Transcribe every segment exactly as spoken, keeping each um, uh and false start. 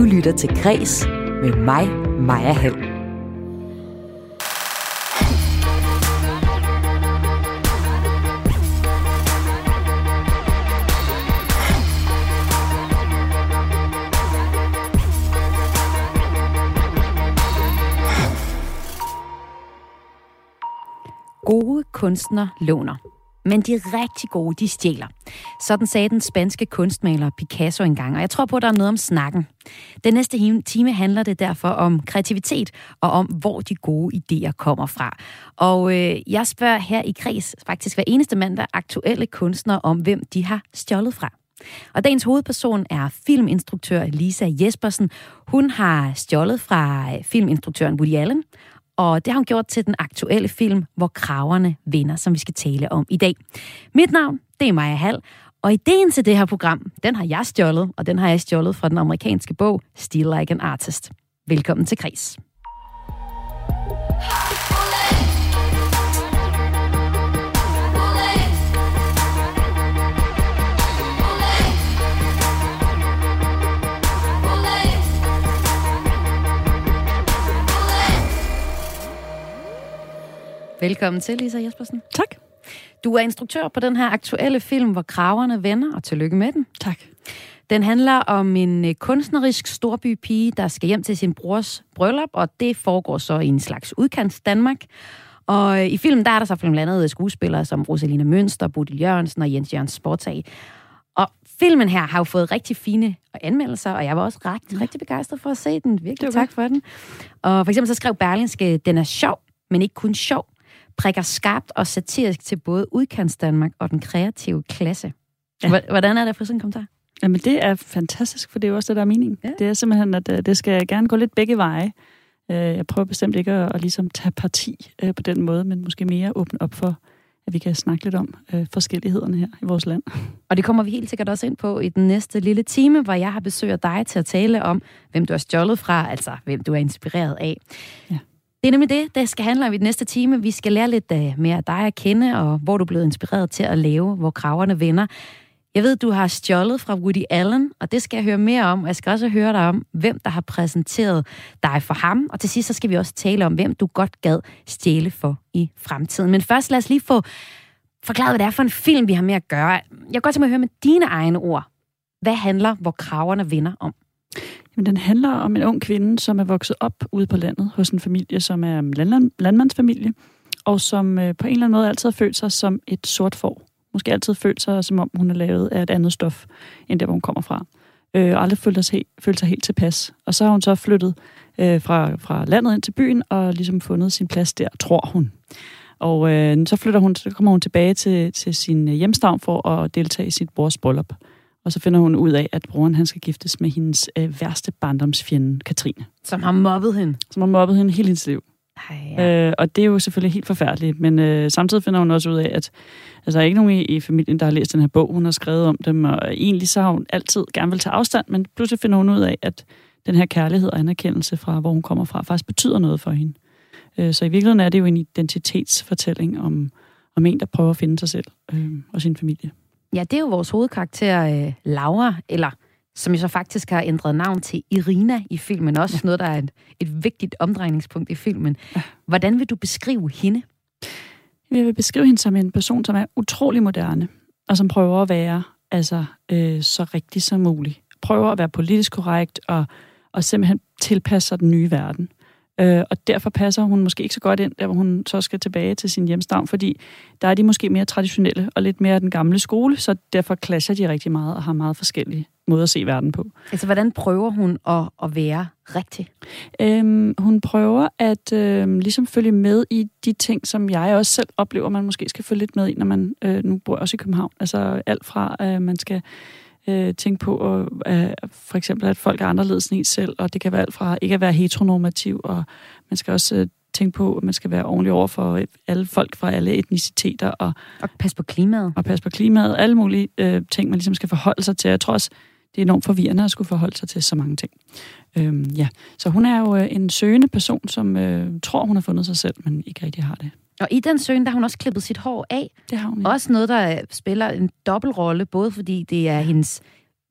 Du lytter til Græs med mig, Maja Hall. Gode kunstnere låner, men de rigtig gode, de stjæler. Sådan sagde den spanske kunstmaler Picasso engang, og jeg tror på, at der er noget om snakken. Den næste time handler det derfor om kreativitet, og om, hvor de gode idéer kommer fra. Og øh, jeg spørger her i Græs, faktisk hver eneste mandag, aktuelle kunstnere om, hvem de har stjålet fra. Og dagens hovedperson er filminstruktør Lisa Jespersen. Hun har stjålet fra filminstruktøren Woody Allen, og det har hun gjort til den aktuelle film, Hvor kragerne vender, som vi skal tale om i dag. Mit navn, det er Maja Hall, og ideen til det her program, den har jeg stjålet, og den har jeg stjålet fra den amerikanske bog Steal Like an Artist. Velkommen til Græs. Velkommen til, Lisa Jespersen. Tak. Du er instruktør på den her aktuelle film, Hvor kragerne vender, og tillykke med den. Tak. Den handler om en kunstnerisk storbypige, der skal hjem til sin brors bryllup, og det foregår så i en slags udkants Danmark. Og i filmen, der er der så blandt andet skuespillere som Rosalina Mønster, Bodil Jørgensen og Jens Jørgen Sportag. Og filmen her har jo fået rigtig fine anmeldelser, og jeg var også ret, rigtig begejstret for at se den. Virkelig tak for den. Og for eksempel så skrev Berlingske, den er sjov, men ikke kun sjov. Prikker skarpt og satirisk til både udkants Danmark og den kreative klasse. Ja. Hvordan er det for sådan en kommentar? Jamen det er fantastisk, for det er jo også det, der er meningen. Ja. Det er simpelthen, at det skal gerne gå lidt begge veje. Jeg prøver bestemt ikke at, at ligesom tage parti på den måde, men måske mere åbne op for, at vi kan snakke lidt om forskellighederne her i vores land. Og det kommer vi helt sikkert også ind på i den næste lille time, hvor jeg har besøg af dig til at tale om, hvem du har stjålet fra, altså hvem du er inspireret af. Ja. Det er nemlig det, det skal handle om i den næste time. Vi skal lære lidt uh, mere af dig at kende, og hvor du er blevet inspireret til at lave, Hvor kragerne vender. Jeg ved, du har stjålet fra Woody Allen, og det skal jeg høre mere om. Og jeg skal også høre dig om, hvem der har præsenteret dig for ham. Og til sidst så skal vi også tale om, hvem du godt gad stjæle for i fremtiden. Men først lad os lige få forklaret, hvad det er for en film, vi har med at gøre. Jeg kan godt tænke mig at høre med dine egne ord. Hvad handler Hvor kragerne vender om? Jamen, den handler om en ung kvinde, som er vokset op ude på landet hos en familie, som er en landland, landmandsfamilie, og som øh, på en eller anden måde altid har følt sig som et sort får. Måske altid følt sig, som om hun er lavet af et andet stof, end der, hvor hun kommer fra. Øh, og aldrig følt sig, følt sig helt tilpas. Og så har hun så flyttet øh, fra, fra landet ind til byen, og ligesom fundet sin plads der, tror hun. Og øh, så flytter hun, så kommer hun tilbage til, til sin hjemstavn for at deltage i sit brors bryllup. Og så finder hun ud af, at broren han skal giftes med hendes øh, værste barndomsfjende, Katrine. Som har mobbet hende. Som har mobbet hende hele hendes liv. Ej, ja. øh, og det er jo selvfølgelig helt forfærdeligt, men øh, samtidig finder hun også ud af, at altså, der er ikke nogen i, i familien, der har læst den her bog. Hun har skrevet om dem, og egentlig så har hun altid gerne vil tage afstand, men pludselig finder hun ud af, at den her kærlighed og anerkendelse fra, hvor hun kommer fra, faktisk betyder noget for hende. Øh, så i virkeligheden er det jo en identitetsfortælling om, om en, der prøver at finde sig selv øh, og sin familie. Ja, det er jo vores hovedkarakter, øh, Laura, eller som jo så faktisk har ændret navn til Irina i filmen. Også ja. Noget, der er et, et vigtigt omdrejningspunkt i filmen. Ja. Hvordan vil du beskrive hende? Jeg vil beskrive hende som en person, som er utrolig moderne, og som prøver at være altså, øh, så rigtig som muligt. Prøver at være politisk korrekt, og, og simpelthen tilpasse sig den nye verden. Øh, og derfor passer hun måske ikke så godt ind, der hvor hun så skal tilbage til sin hjemstavn, fordi der er de måske mere traditionelle og lidt mere den gamle skole, så derfor clasher de rigtig meget og har meget forskellige måder at se verden på. Altså, hvordan prøver hun at, at være rigtig? Øhm, hun prøver at øh, ligesom følge med i de ting, som jeg også selv oplever, man måske skal følge lidt med i, når man øh, nu bor også i København. Altså alt fra, at øh, man skal øh, tænke på, og, øh, for eksempel, at folk er anderledes end en selv, og det kan være alt fra ikke at være heteronormativ, og man skal også øh, tænke på, at man skal være ordentlig over for alle folk fra alle etniciteter. Og, og passe på klimaet. Og passe på klimaet. Alle mulige øh, ting, man ligesom skal forholde sig til. Jeg tror også, det er enormt forvirrende at skulle forholde sig til så mange ting. Øhm, ja. Så hun er jo øh, en søgende person, som øh, tror, hun har fundet sig selv, men ikke rigtig har det. Og i den søgen, der har hun også klippet sit hår af. Det har hun, ja. Også noget, der spiller en dobbeltrolle, både fordi det er hendes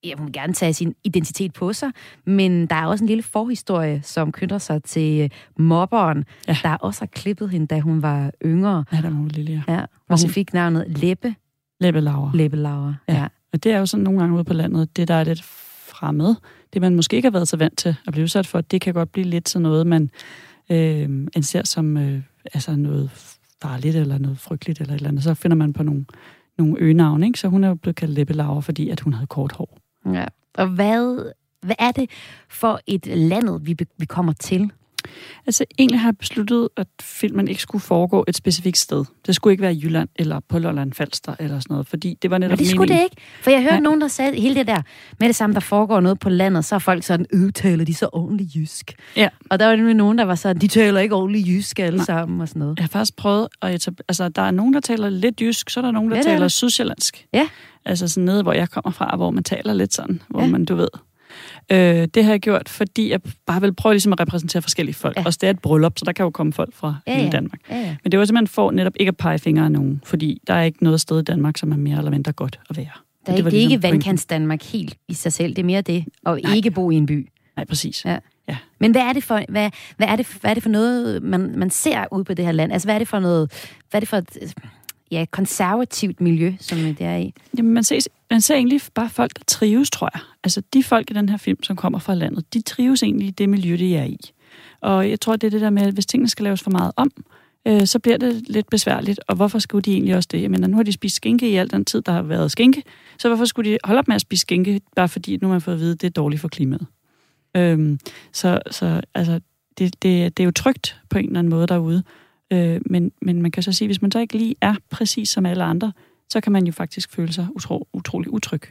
ja, hun vil gerne tage sin identitet på sig, men der er også en lille forhistorie, som knytter sig til mobberen, ja. Der også har klippet hende, da hun var yngre. Ja, der var hun lille, ja. Ja, hvor hun fik navnet Leppe. Leppe-Laura. Leppe-Laura, ja. ja. Og det er jo sådan nogle gange ude på landet, det der er lidt fremmed, det man måske ikke har været så vant til at blive udsat for, det kan godt blive lidt sådan noget, man øh, anser som øh, altså noget farligt, eller noget frygteligt, eller et eller andet. Så finder man på nogle, nogle øgenavne, ikke? Så hun er jo blevet kaldt Leppe-Laura, fordi at hun havde kort hår. Ja, og hvad, hvad er det for et landet, vi, vi kommer til? Altså, egentlig har jeg besluttet, at filmen ikke skulle foregå et specifikt sted. Det skulle ikke være i Jylland, eller på Lolland Falster, eller sådan noget, fordi det var netop meningen. Men det skulle meningen. det ikke, for jeg hørte ja. nogen, der sagde hele det der, med det samme, der foregår noget på landet, så er folk sådan, udtaler de så ordentligt jysk. Ja. Og der var nemlig nogen, der var sådan, de taler ikke ordentligt jysk alle Nej. sammen, og sådan noget. Jeg har faktisk prøvet at etablere, altså der er nogen, der taler lidt jysk, så er der nogen, der ja, taler sydsjællandsk. Ja. Altså sådan nede, hvor jeg kommer fra, hvor man taler lidt sådan, hvor ja. man, du ved... Øh, det har jeg gjort, fordi jeg bare vil prøve ligesom at repræsentere forskellige folk. Ja. Også det er et bryllup, så der kan jo komme folk fra ja, hele Danmark. Ja, ja. Men det var simpelthen for netop ikke at pege fingre af nogen, fordi der er ikke noget sted i Danmark, som er mere eller mindre godt at være. Der er det, det er ligesom ikke vandkants Danmark helt i sig selv. Det er mere det, og Nej. ikke bo i en by. Nej, præcis. Ja. Ja. Men hvad er det for, hvad, hvad er det, hvad er det for noget, man, man ser ud på det her land? Altså, hvad er det for noget, hvad er det for et ja, konservativt miljø, som det er i? Jamen, man ser, man ser egentlig bare folk, der trives, tror jeg. Altså, de folk i den her film, som kommer fra landet, de trives egentlig i det miljø, de er i. Og jeg tror, det er det der med, at hvis tingene skal laves for meget om, øh, så bliver det lidt besværligt. Og hvorfor skulle de egentlig også det? Jeg mener, nu har de spist skinke i al den tid, der har været skinke. Så hvorfor skulle de holde op med at spise skinke, bare fordi nu har man fået at vide, at det er dårligt for klimaet? Øhm, så så altså, det, det, det er jo trygt på en eller anden måde derude. Øh, men, men man kan så sige, hvis man så ikke lige er præcis som alle andre, så kan man jo faktisk føle sig utro, utrolig utryg.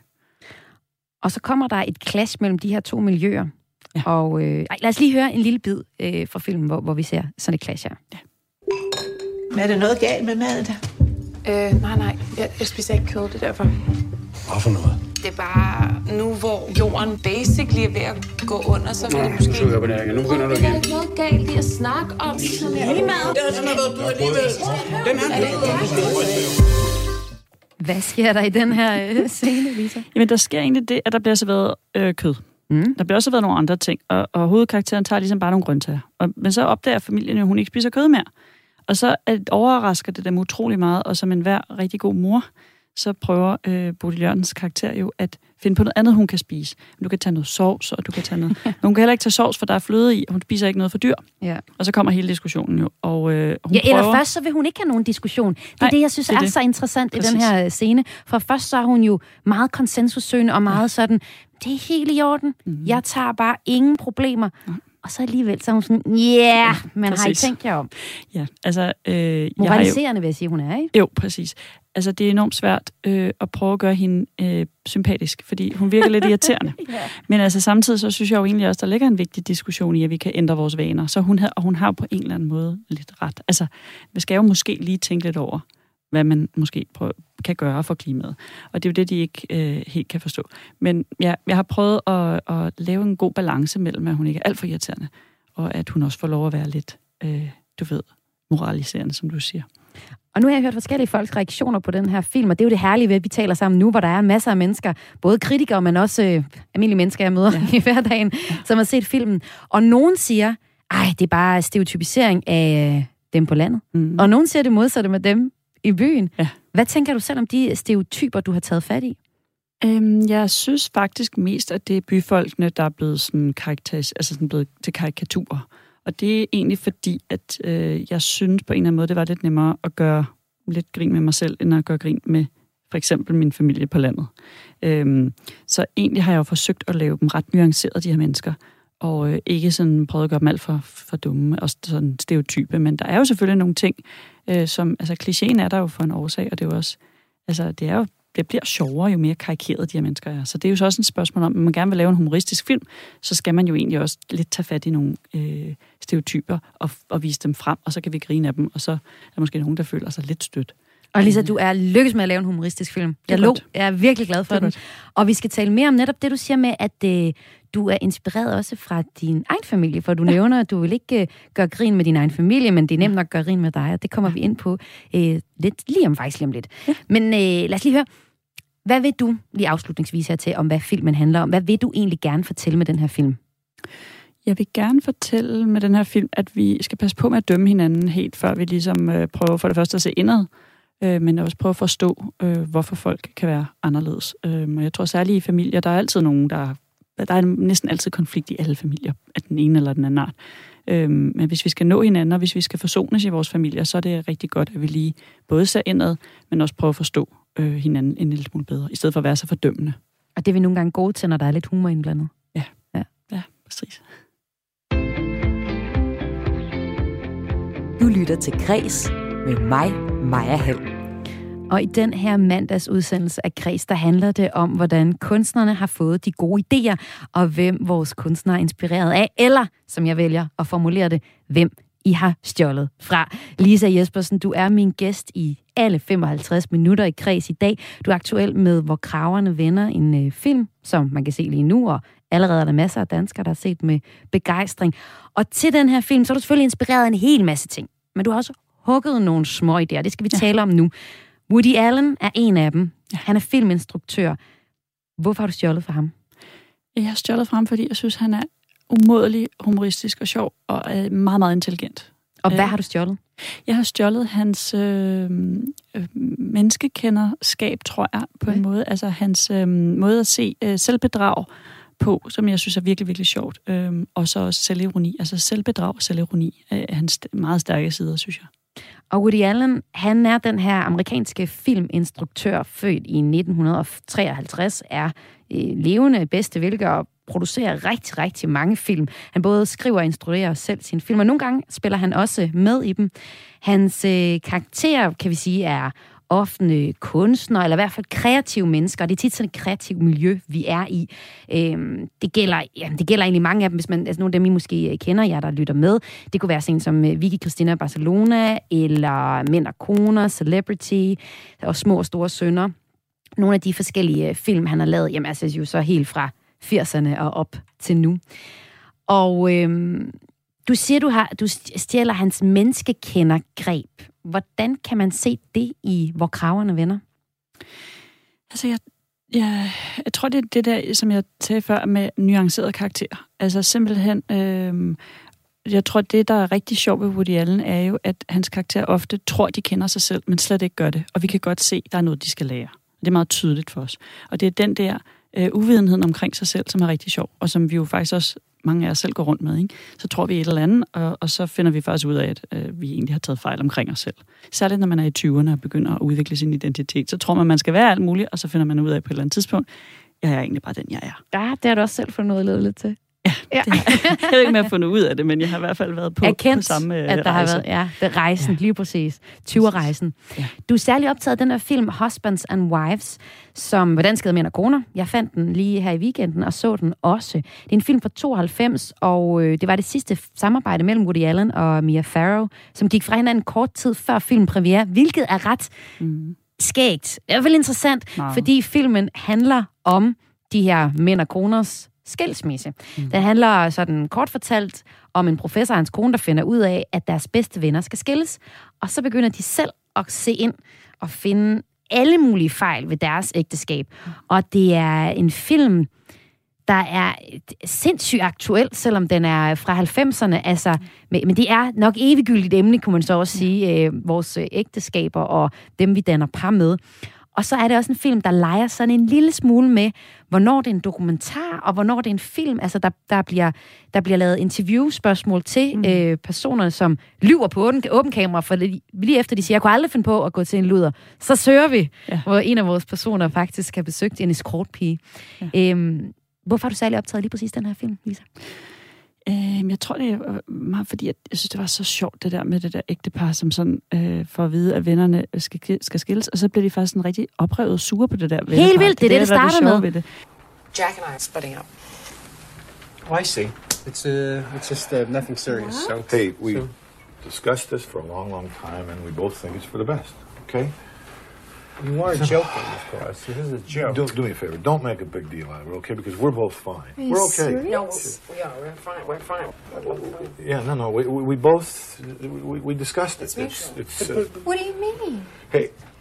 Og så kommer der et clash mellem de her to miljøer. Ja. Og øh, ej, lad os lige høre en lille bid øh, fra filmen, hvor, hvor vi ser sådan et clash her. Ja. Men er der noget galt med maden der? Øh, nej, nej. Jeg, jeg spiser ikke kød, det er derfor. Hvad for noget? Det er bare nu, hvor jorden basically er ved at gå under, så vil det måske... Nu på det, nu begynder du igen. Der er ikke noget galt i at snakke om klimaet. Den har været du alligevel. Den har Hvad sker der i den her øh, scene, Lisa? Jamen, der sker egentlig det, at der bliver serveret øh, kød. Mm. Der bliver også serveret nogle andre ting, og, og hovedkarakteren tager ligesom bare nogle grøntsager. Og, men så opdager familien jo, at hun ikke spiser kød mere. Og så at overrasker det dem utrolig meget, og som enhver rigtig god mor, så prøver øh, Bodil Jørgensens karakter jo at finde på noget andet, hun kan spise. Du kan tage noget sovs, og du kan tage noget... Men hun kan heller ikke tage sovs, for der er fløde i, og hun spiser ikke noget for dyr. Ja. Og så kommer hele diskussionen jo. Og, øh, hun ja, eller prøver... først, så vil hun ikke have nogen diskussion. Det er Nej, det, jeg synes det er, er det. så interessant Præcis. i den her scene. For først så er hun jo meget konsensussøgende, og meget ja. sådan, det er helt i orden. Mm-hmm. Jeg tager bare ingen problemer. Ja. Og så alligevel, så er hun sådan, yeah, ja, men har I tænkt jer om? Ja, altså... Øh, Moraliserende, jo... vil jeg sige, hun er, ikke? Jo, præcis. Altså, det er enormt svært øh, at prøve at gøre hende øh, sympatisk, fordi hun virker lidt irriterende. ja. Men altså, samtidig så synes jeg jo egentlig også, der ligger en vigtig diskussion i, at vi kan ændre vores vaner. Så hun, havde, og hun har jo på en eller anden måde lidt ret. Altså, vi skal jo måske lige tænke lidt over, hvad man måske prøver, kan gøre for klimaet. Og det er jo det, de ikke øh, helt kan forstå. Men ja, jeg har prøvet at, at lave en god balance mellem, at hun ikke er alt for irriterende, og at hun også får lov at være lidt, øh, du ved, moraliserende, som du siger. Og nu har jeg hørt forskellige folks reaktioner på den her film, og det er jo det herlige ved, at vi taler sammen nu, hvor der er masser af mennesker, både kritikere, men også øh, almindelige mennesker, jeg møder ja. i hverdagen, ja. som har set filmen. Og nogen siger, ej, det er bare stereotypisering af øh, dem på landet. Mm. Og nogen siger det modsatte med dem i byen. Ja. Hvad tænker du selv om de stereotyper, du har taget fat i? Øhm, jeg synes faktisk mest, at det er byfolkene, der er blevet, sådan karakteris- altså sådan blevet til karikaturer. Og det er egentlig fordi, at øh, jeg synes på en eller anden måde, det var lidt nemmere at gøre lidt grin med mig selv, end at gøre grin med for eksempel min familie på landet. Øhm, så egentlig har jeg jo forsøgt at lave dem ret nuanceret, de her mennesker, og øh, ikke sådan prøvet at gøre dem alt for, for dumme og sådan stereotype. Men der er jo selvfølgelig nogle ting, øh, som, altså klichéen er der jo for en årsag, og det er jo også, altså det er jo, det bliver sjovere, jo mere karikeret de her mennesker er. Så det er jo så også et spørgsmål om, at man gerne vil lave en humoristisk film, så skal man jo egentlig også lidt tage fat i nogle øh, stereotyper og, og vise dem frem, og så kan vi grine af dem, og så er der måske nogen, der føler sig lidt stødt. Og Lisa, du er lykkes med at lave en humoristisk film. Jeg, lo, jeg er virkelig glad for den. Godt. Og vi skal tale mere om netop det, du siger med, at øh, du er inspireret også fra din egen familie, for du ja. nævner, at du vil ikke øh, gøre grin med din egen familie, men det er nemt nok at gøre grin med dig, og det kommer vi ind på øh, lidt lige om faktisk lige om lidt. Ja. Men øh, lad os lige høre, Hvad vil du, lige afslutningsvis her til, om hvad filmen handler om? Hvad vil du egentlig gerne fortælle med den her film? Jeg vil gerne fortælle med den her film, at vi skal passe på med at dømme hinanden helt, før vi ligesom øh, prøver for det første at se indad, øh, men også prøve at forstå, øh, hvorfor folk kan være anderledes. Øh, og jeg tror særligt i familier, der er altid nogen, der... Der er næsten altid konflikt i alle familier, af den ene eller den anden art. Øh, men hvis vi skal nå hinanden, og hvis vi skal forsones i vores familier, så er det rigtig godt, at vi lige både ser indad, men også prøver at forstå øh, hinanden en lille smule bedre, i stedet for at være så fordømmende. Og det er vi nogle gange gode til, når der er lidt humor indblandet. Ja, ja, ja, præcis. Du lytter til Græs med mig, Maja Hall. Og i den her mandags udsendelse af Græs, der handler det om, hvordan kunstnerne har fået de gode idéer, og hvem vores kunstnere er inspireret af, eller, som jeg vælger at formulere det, hvem I har stjålet fra. Lisa Jespersen, du er min gæst i alle femoghalvtreds minutter i Græs i dag. Du er aktuel med Hvor kragerne vender, en øh, film, som man kan se lige nu, og allerede er der masser af danskere, der har set med begejstring. Og til den her film, så er du selvfølgelig inspireret af en hel masse ting. Men du har også hugget nogle små idéer, det skal vi ja. tale om nu. Woody Allen er en af dem. Ja. Han er filminstruktør. Hvorfor har du stjålet fra ham? Jeg har stjålet fra ham, fordi jeg synes, han er umådelig humoristisk og sjov, og er meget, meget intelligent. Og hvad har du stjålet? Jeg har stjålet hans øh, øh, menneskekenderskab, tror jeg, på okay. en måde. Altså hans øh, måde at se øh, selvbedrag på, som jeg synes er virkelig, virkelig sjovt. Øh, og så også selvironi. Altså selvbedrag og selvironi er hans meget stærke sider, synes jeg. Og Woody Allen, han er den her amerikanske filminstruktør, født i nitten treoghalvtreds, er øh, levende bedste vilke og producerer rigtig, rigtig mange film. Han både skriver og instruerer selv sine film, og nogle gange spiller han også med i dem. Hans øh, karakterer, kan vi sige, er offentlige kunstnere, eller i hvert fald kreative mennesker, og det er tit sådan et kreativt miljø, vi er i. Øhm, det, gælder, jamen, det gælder egentlig mange af dem, hvis man, altså nogle af dem, I måske kender, jer der lytter med. Det kunne være sådan som Vicky Cristina Barcelona, eller Mænd og Koner, Celebrity, og Små og Store Sønner. Nogle af de forskellige film, han har lavet, jamen altså jo så helt fra firserne og op til nu. Og øhm, du siger, du, har, du stjæler hans menneskekendergreb. Hvordan kan man se det i Hvor kragerne vender? Altså, jeg, jeg, jeg tror, det er det der, som jeg sagde før, med nuancerede karakterer. Altså simpelthen, øh, jeg tror, det, der er rigtig sjovt ved Woody Allen, er jo, at hans karakterer ofte tror, de kender sig selv, men slet ikke gør det. Og vi kan godt se, at der er noget, de skal lære. Det er meget tydeligt for os. Og det er den der øh, uvidenheden omkring sig selv, som er rigtig sjov, og som vi jo faktisk også mange af os selv går rundt med, ikke? Så tror vi et eller andet, og, og så finder vi faktisk ud af, at øh, vi egentlig har taget fejl omkring os selv. Særligt når man er i tyverne og begynder at udvikle sin identitet, så tror man, man skal være alt muligt, og så finder man ud af på et eller andet tidspunkt, jeg er egentlig bare den, jeg er. Ja, det har du også selv fundet noget at lede lidt til. Ja, ja. Det, jeg ved ikke, om jeg har fundet ud af det, men jeg har i hvert fald været på, Erkendt, på samme øh, at der rejse. har været, ja, det rejsen, ja. Lige præcis. tyver-rejsen. Ja. Du er særlig optaget af den her film, Husbands and Wives, som på dansk hedder Mænd og Koner. Jeg fandt den lige her i weekenden og så den også. Det er en film fra tooghalvfems, og øh, det var det sidste samarbejde mellem Woody Allen og Mia Farrow, som gik fra hinanden kort tid før filmpremiere, hvilket er ret mm. skægt. Det er i hvert fald interessant, wow. fordi filmen handler om de her mænd og koners skilsmisse. Mm. Den handler sådan kort fortalt om en professor og hans kone, der finder ud af, at deres bedste venner skal skilles, og så begynder de selv at se ind og finde alle mulige fejl ved deres ægteskab. Mm. Og det er en film, der er sindssygt aktuel, selvom den er fra halvfemserne. Altså, men det er nok eviggyldigt emne, kunne man så også sige, øh, vores ægteskaber og dem, vi danner par med. Og så er det også en film, der leger sådan en lille smule med, hvornår det er en dokumentar, og hvornår det er en film. Altså, der, der, bliver, der bliver lavet interviewspørgsmål til mm. øh, personer, som lyver på åben, åben kamera, for lige efter de siger, jeg kunne aldrig finde på at gå til en luder. Så søger vi, ja. Hvor en af vores personer faktisk har besøgt en escortpige. Ja. Øhm, hvorfor har du særlig optaget lige præcis den her film, Lisa? Øh, jeg tror, det er meget, fordi jeg, jeg synes, det var så sjovt, det der med det der ægtepar, som sådan øh, får at vide, at vennerne skal, skal skilles, og så bliver de faktisk sådan rigtig oprevet og sure på det der vennepar. Helt vildt, det er det, det, det starter med. Jack and I are splitting up. Oh, I see. It's uh, it's just uh, nothing serious. So Hey, we so. discussed this for a long, long time, and we both think it's for the best, okay? You are joking, of course. This is a joke. Do, do me a favor. Don't make a big deal out of it, okay? Because we're both fine. Are you we're okay. serious? No, we are. We're fine. We're fine. Yeah, no, no. We, we, we both we, we discussed it. It's, it's, uh, What do you mean? hey,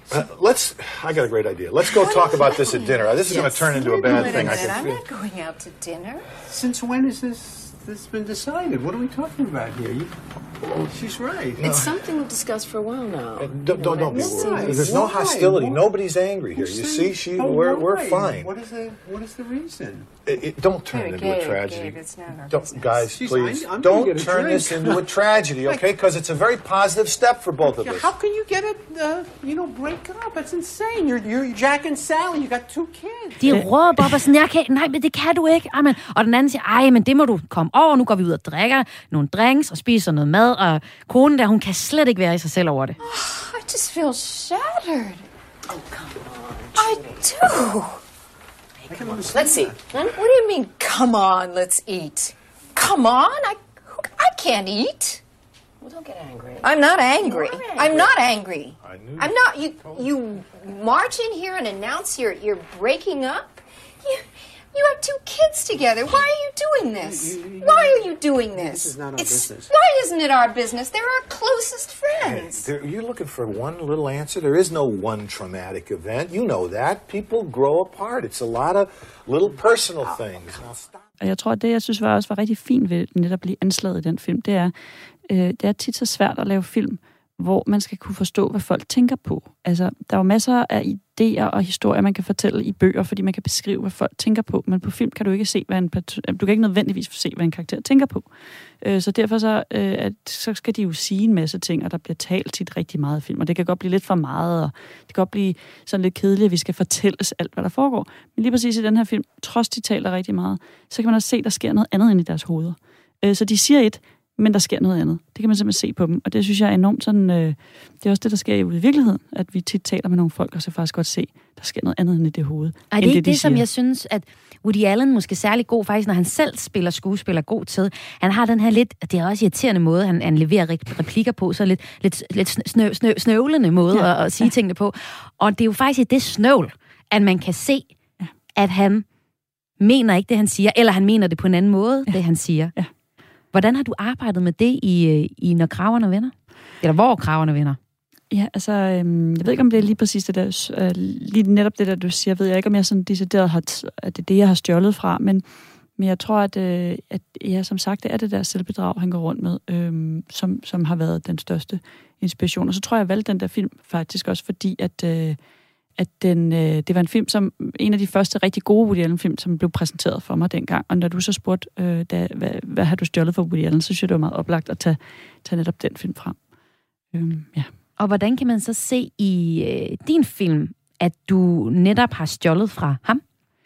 Uh, let's. I got a great idea. Let's go talk about this at dinner. This is yes. going to turn into a bad Wait thing. a minute, I can I'm feel. not going out to dinner. Since when has this this been decided? What are we talking about here? You, oh, she's right. No. It's something we've discussed for a while now. Uh, don't don't, don't be worried. Right. There's no Why? hostility. Why? Nobody's angry here. You see, she oh, we're why? we're fine. What is the what is the reason? It, it, don't turn Gabe, it into Gabe, a tragedy. Gabe, it's not our don't, business. guys, Jeez, please I'm- I'm don't gonna get a turn drink. this into a tragedy, okay? Because it's a very positive step for both of us. How can you get it, uh, you know, break up? That's insane. You're, you're Jack and Sally. You got two kids. De råber op og sådan, jeg kan, nej, men det kan du ikke. Amen. Og den anden siger, ej, men det må du komme over. Nu går vi ud og drikker nogle drinks og spiser noget mad. Og konen der, hun kan slet ikke være i sig selv over det. Oh, I just feel shattered. Oh, come on. I do. Hey, come on. Let's eat. Huh? What do you mean, come on, let's eat? Come on? I, I can't eat. Well, don't get angry. I'm not angry. angry. I'm not angry. I knew I'm not. You you march in here and announce you're you're breaking up? You you have two kids together. Why are you doing this? Why are you doing this? This is not our it's, business. Why isn't it our business? They're our closest friends. There, you're looking for one little answer. There is no one traumatic event. You know that. People grow apart. It's a lot of little personal things. Now stop. Og jeg tror, at det, jeg synes var også var rigtig fint ved netop at blive anslaget i den film, det er, øh, det er tit så svært at lave film, hvor man skal kunne forstå, hvad folk tænker på. Altså, der er jo masser af idéer og historier, man kan fortælle i bøger, fordi man kan beskrive, hvad folk tænker på. Men på film kan du ikke se, hvad en, du kan ikke nødvendigvis se, hvad en karakter tænker på. Øh, så derfor så, øh, at, så skal de jo sige en masse ting, og der bliver talt tit rigtig meget i film. Og det kan godt blive lidt for meget, og det kan godt blive sådan lidt kedeligt, at vi skal fortælles alt, hvad der foregår. Men lige præcis i den her film, trods de taler rigtig meget, så kan man også se, at der sker noget andet end i deres hoveder. Øh, så de siger et, men der sker noget andet. Det kan man simpelthen se på dem, og det synes jeg er enormt sådan, øh, det er også det, der sker ude i virkeligheden, at vi tit taler med nogle folk, og så faktisk godt se, der sker noget andet end i det hoved. Og det er ikke det, de det, som siger. jeg synes, at Woody Allen måske særlig god, faktisk når han selv spiller skuespiller god til. Han har den her lidt, det er også irriterende måde, han, han leverer replikker på, så lidt, lidt, lidt snø, snø, snøvlende måde ja. at, at sige ja. tingene på. Og det er jo faktisk i det snøvl, at man kan se, ja. at han mener ikke det, han siger, eller han mener det på en anden måde, ja. det han siger. Ja. Hvordan har du arbejdet med det i, i Når Kragerne Vender? Eller Hvor Kragerne Vender? Ja, altså, øhm, jeg ved ikke, om det er lige præcis det der, øh, lige netop det der, du siger, ved jeg ikke, om jeg sådan decideret har, at det er det, jeg har stjålet fra, men, men jeg tror, at, øh, at ja, som sagt, det er det der selvbedrag, han går rundt med, øh, som, som har været den største inspiration. Og så tror jeg, jeg valgte den der film faktisk også, fordi at, øh, at den, øh, det var en film, som en af de første rigtig gode Woody Allen-film, som blev præsenteret for mig dengang. Og når du så spurgte, øh, da, hvad, hvad har du stjålet for Woody Allen, så synes jeg, det var meget oplagt at tage, tage netop den film frem. Øh, ja. Og hvordan kan man så se i øh, din film, at du netop har stjålet fra ham?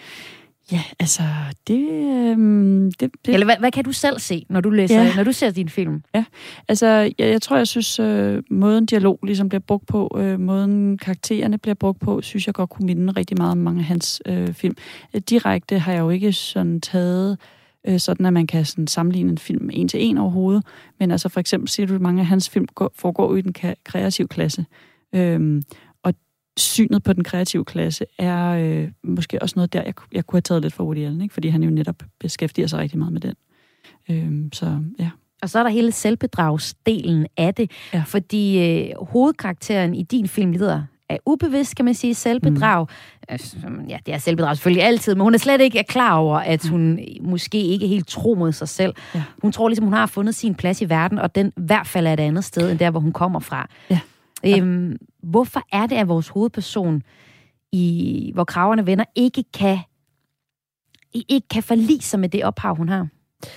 Ja, altså, det... Øh, det, det Eller hvad, hvad kan du selv se, når du læser, ja. når du ser din film? Ja, altså, jeg, jeg tror, jeg synes, øh, måden dialog ligesom bliver brugt på, øh, måden karaktererne bliver brugt på, synes jeg godt kunne minde rigtig meget om mange af hans øh, film. Direkte har jeg jo ikke sådan taget... sådan at man kan sådan sammenligne en film en til en overhovedet. Men altså for eksempel siger du, at mange af hans film går, foregår i den kreative klasse. Øhm, og synet på den kreative klasse er øh, måske også noget der, jeg, jeg kunne have taget lidt fra Woody Allen, ikke? Fordi han jo netop beskæftiger sig rigtig meget med den. Øhm, så ja. Og så er der hele selvbedragsdelen af det. Ja. Fordi øh, hovedkarakteren i din film lider er ubevidst, kan man sige, selvbedrag. Mm. Ja, det er selvbedrag selvfølgelig altid, men hun er slet ikke klar over, at hun mm. måske ikke helt tror mod sig selv. Ja. Hun tror ligesom, hun har fundet sin plads i verden, og den i hvert fald er et andet sted, end der, hvor hun kommer fra. Ja. Øhm, hvorfor er det, at vores hovedperson, i Hvor Kragerne Vender, ikke kan, ikke kan forlige sig med det ophav, hun har?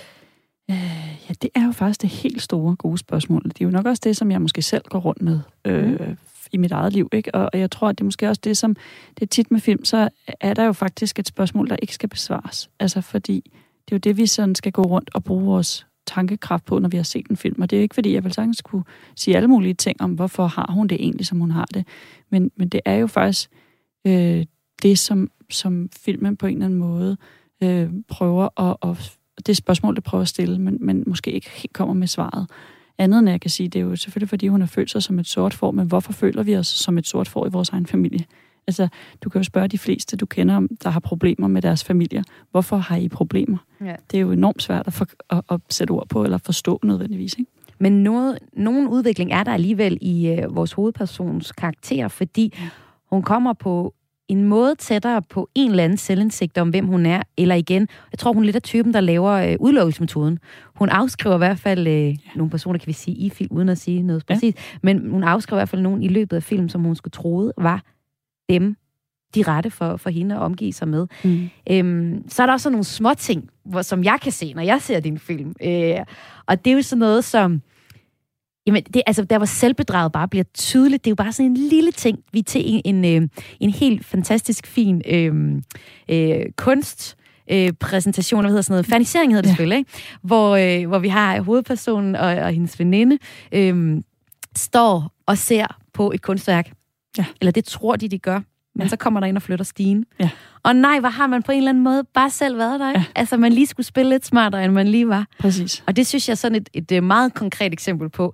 Ja, det er jo faktisk det helt store gode spørgsmål. Det er jo nok også det, som jeg måske selv går rundt med øh, mm. i mit eget liv, ikke? Og, og jeg tror, at det er måske også det, som det er tit med film, så er der jo faktisk et spørgsmål, der ikke skal besvares. Altså fordi det er jo det, vi sådan skal gå rundt og bruge vores tankekraft på, når vi har set en film. Og det er jo ikke, fordi jeg vil sagtens kunne sige alle mulige ting om, hvorfor har hun det egentlig, som hun har det. Men, men det er jo faktisk øh, det, som, som filmen på en eller anden måde øh, prøver at, at det spørgsmål, det prøver at stille, men, men måske ikke helt kommer med svaret. Andet end jeg kan sige, det er jo selvfølgelig, fordi hun har følt sig som et sort får, men hvorfor føler vi os som et sort får i vores egen familie? Altså, du kan jo spørge de fleste, du kender, om der har problemer med deres familier. Hvorfor har I problemer? Ja. Det er jo enormt svært at, for, at, at sætte ord på, eller forstå nødvendigvis, ikke? Men noget, nogen udvikling er der alligevel i øh, vores hovedpersons karakter, fordi hun kommer på en måde tættere på en eller anden selvindsigt om, hvem hun er, eller igen, jeg tror, hun er lidt af typen, der laver øh, udlukkelsesmetoden. Hun afskriver i hvert fald øh, ja. nogle personer, kan vi sige, i film, uden at sige noget ja. præcis, men hun afskriver i hvert fald nogen i løbet af film, som hun skulle troede var dem, de rette for, for hende at omgive sig med. Mm. Øhm, så er der også nogle små ting, hvor, som jeg kan se, når jeg ser din film. Øh, og det er jo sådan noget som, jamen, det, altså, der hvor selvbedraget bare bliver tydeligt, det er jo bare sådan en lille ting, vi til en, en, en, en helt fantastisk fin øh, øh, kunst, Øh, præsentation, hvad hedder sådan noget, fernisering hedder det ja. selvfølgelig, ikke? Hvor, øh, hvor vi har hovedpersonen og, og hendes veninde øh, står og ser på et kunstværk. Ja. Eller det tror de, de gør. Men ja. så kommer der ind og flytter stigen. Ja. Og nej, hvor har man på en eller anden måde bare selv været der, ikke? Ja. Altså, man lige skulle spille lidt smartere, end man lige var. Præcis. Og det synes jeg er sådan et, et meget konkret eksempel på,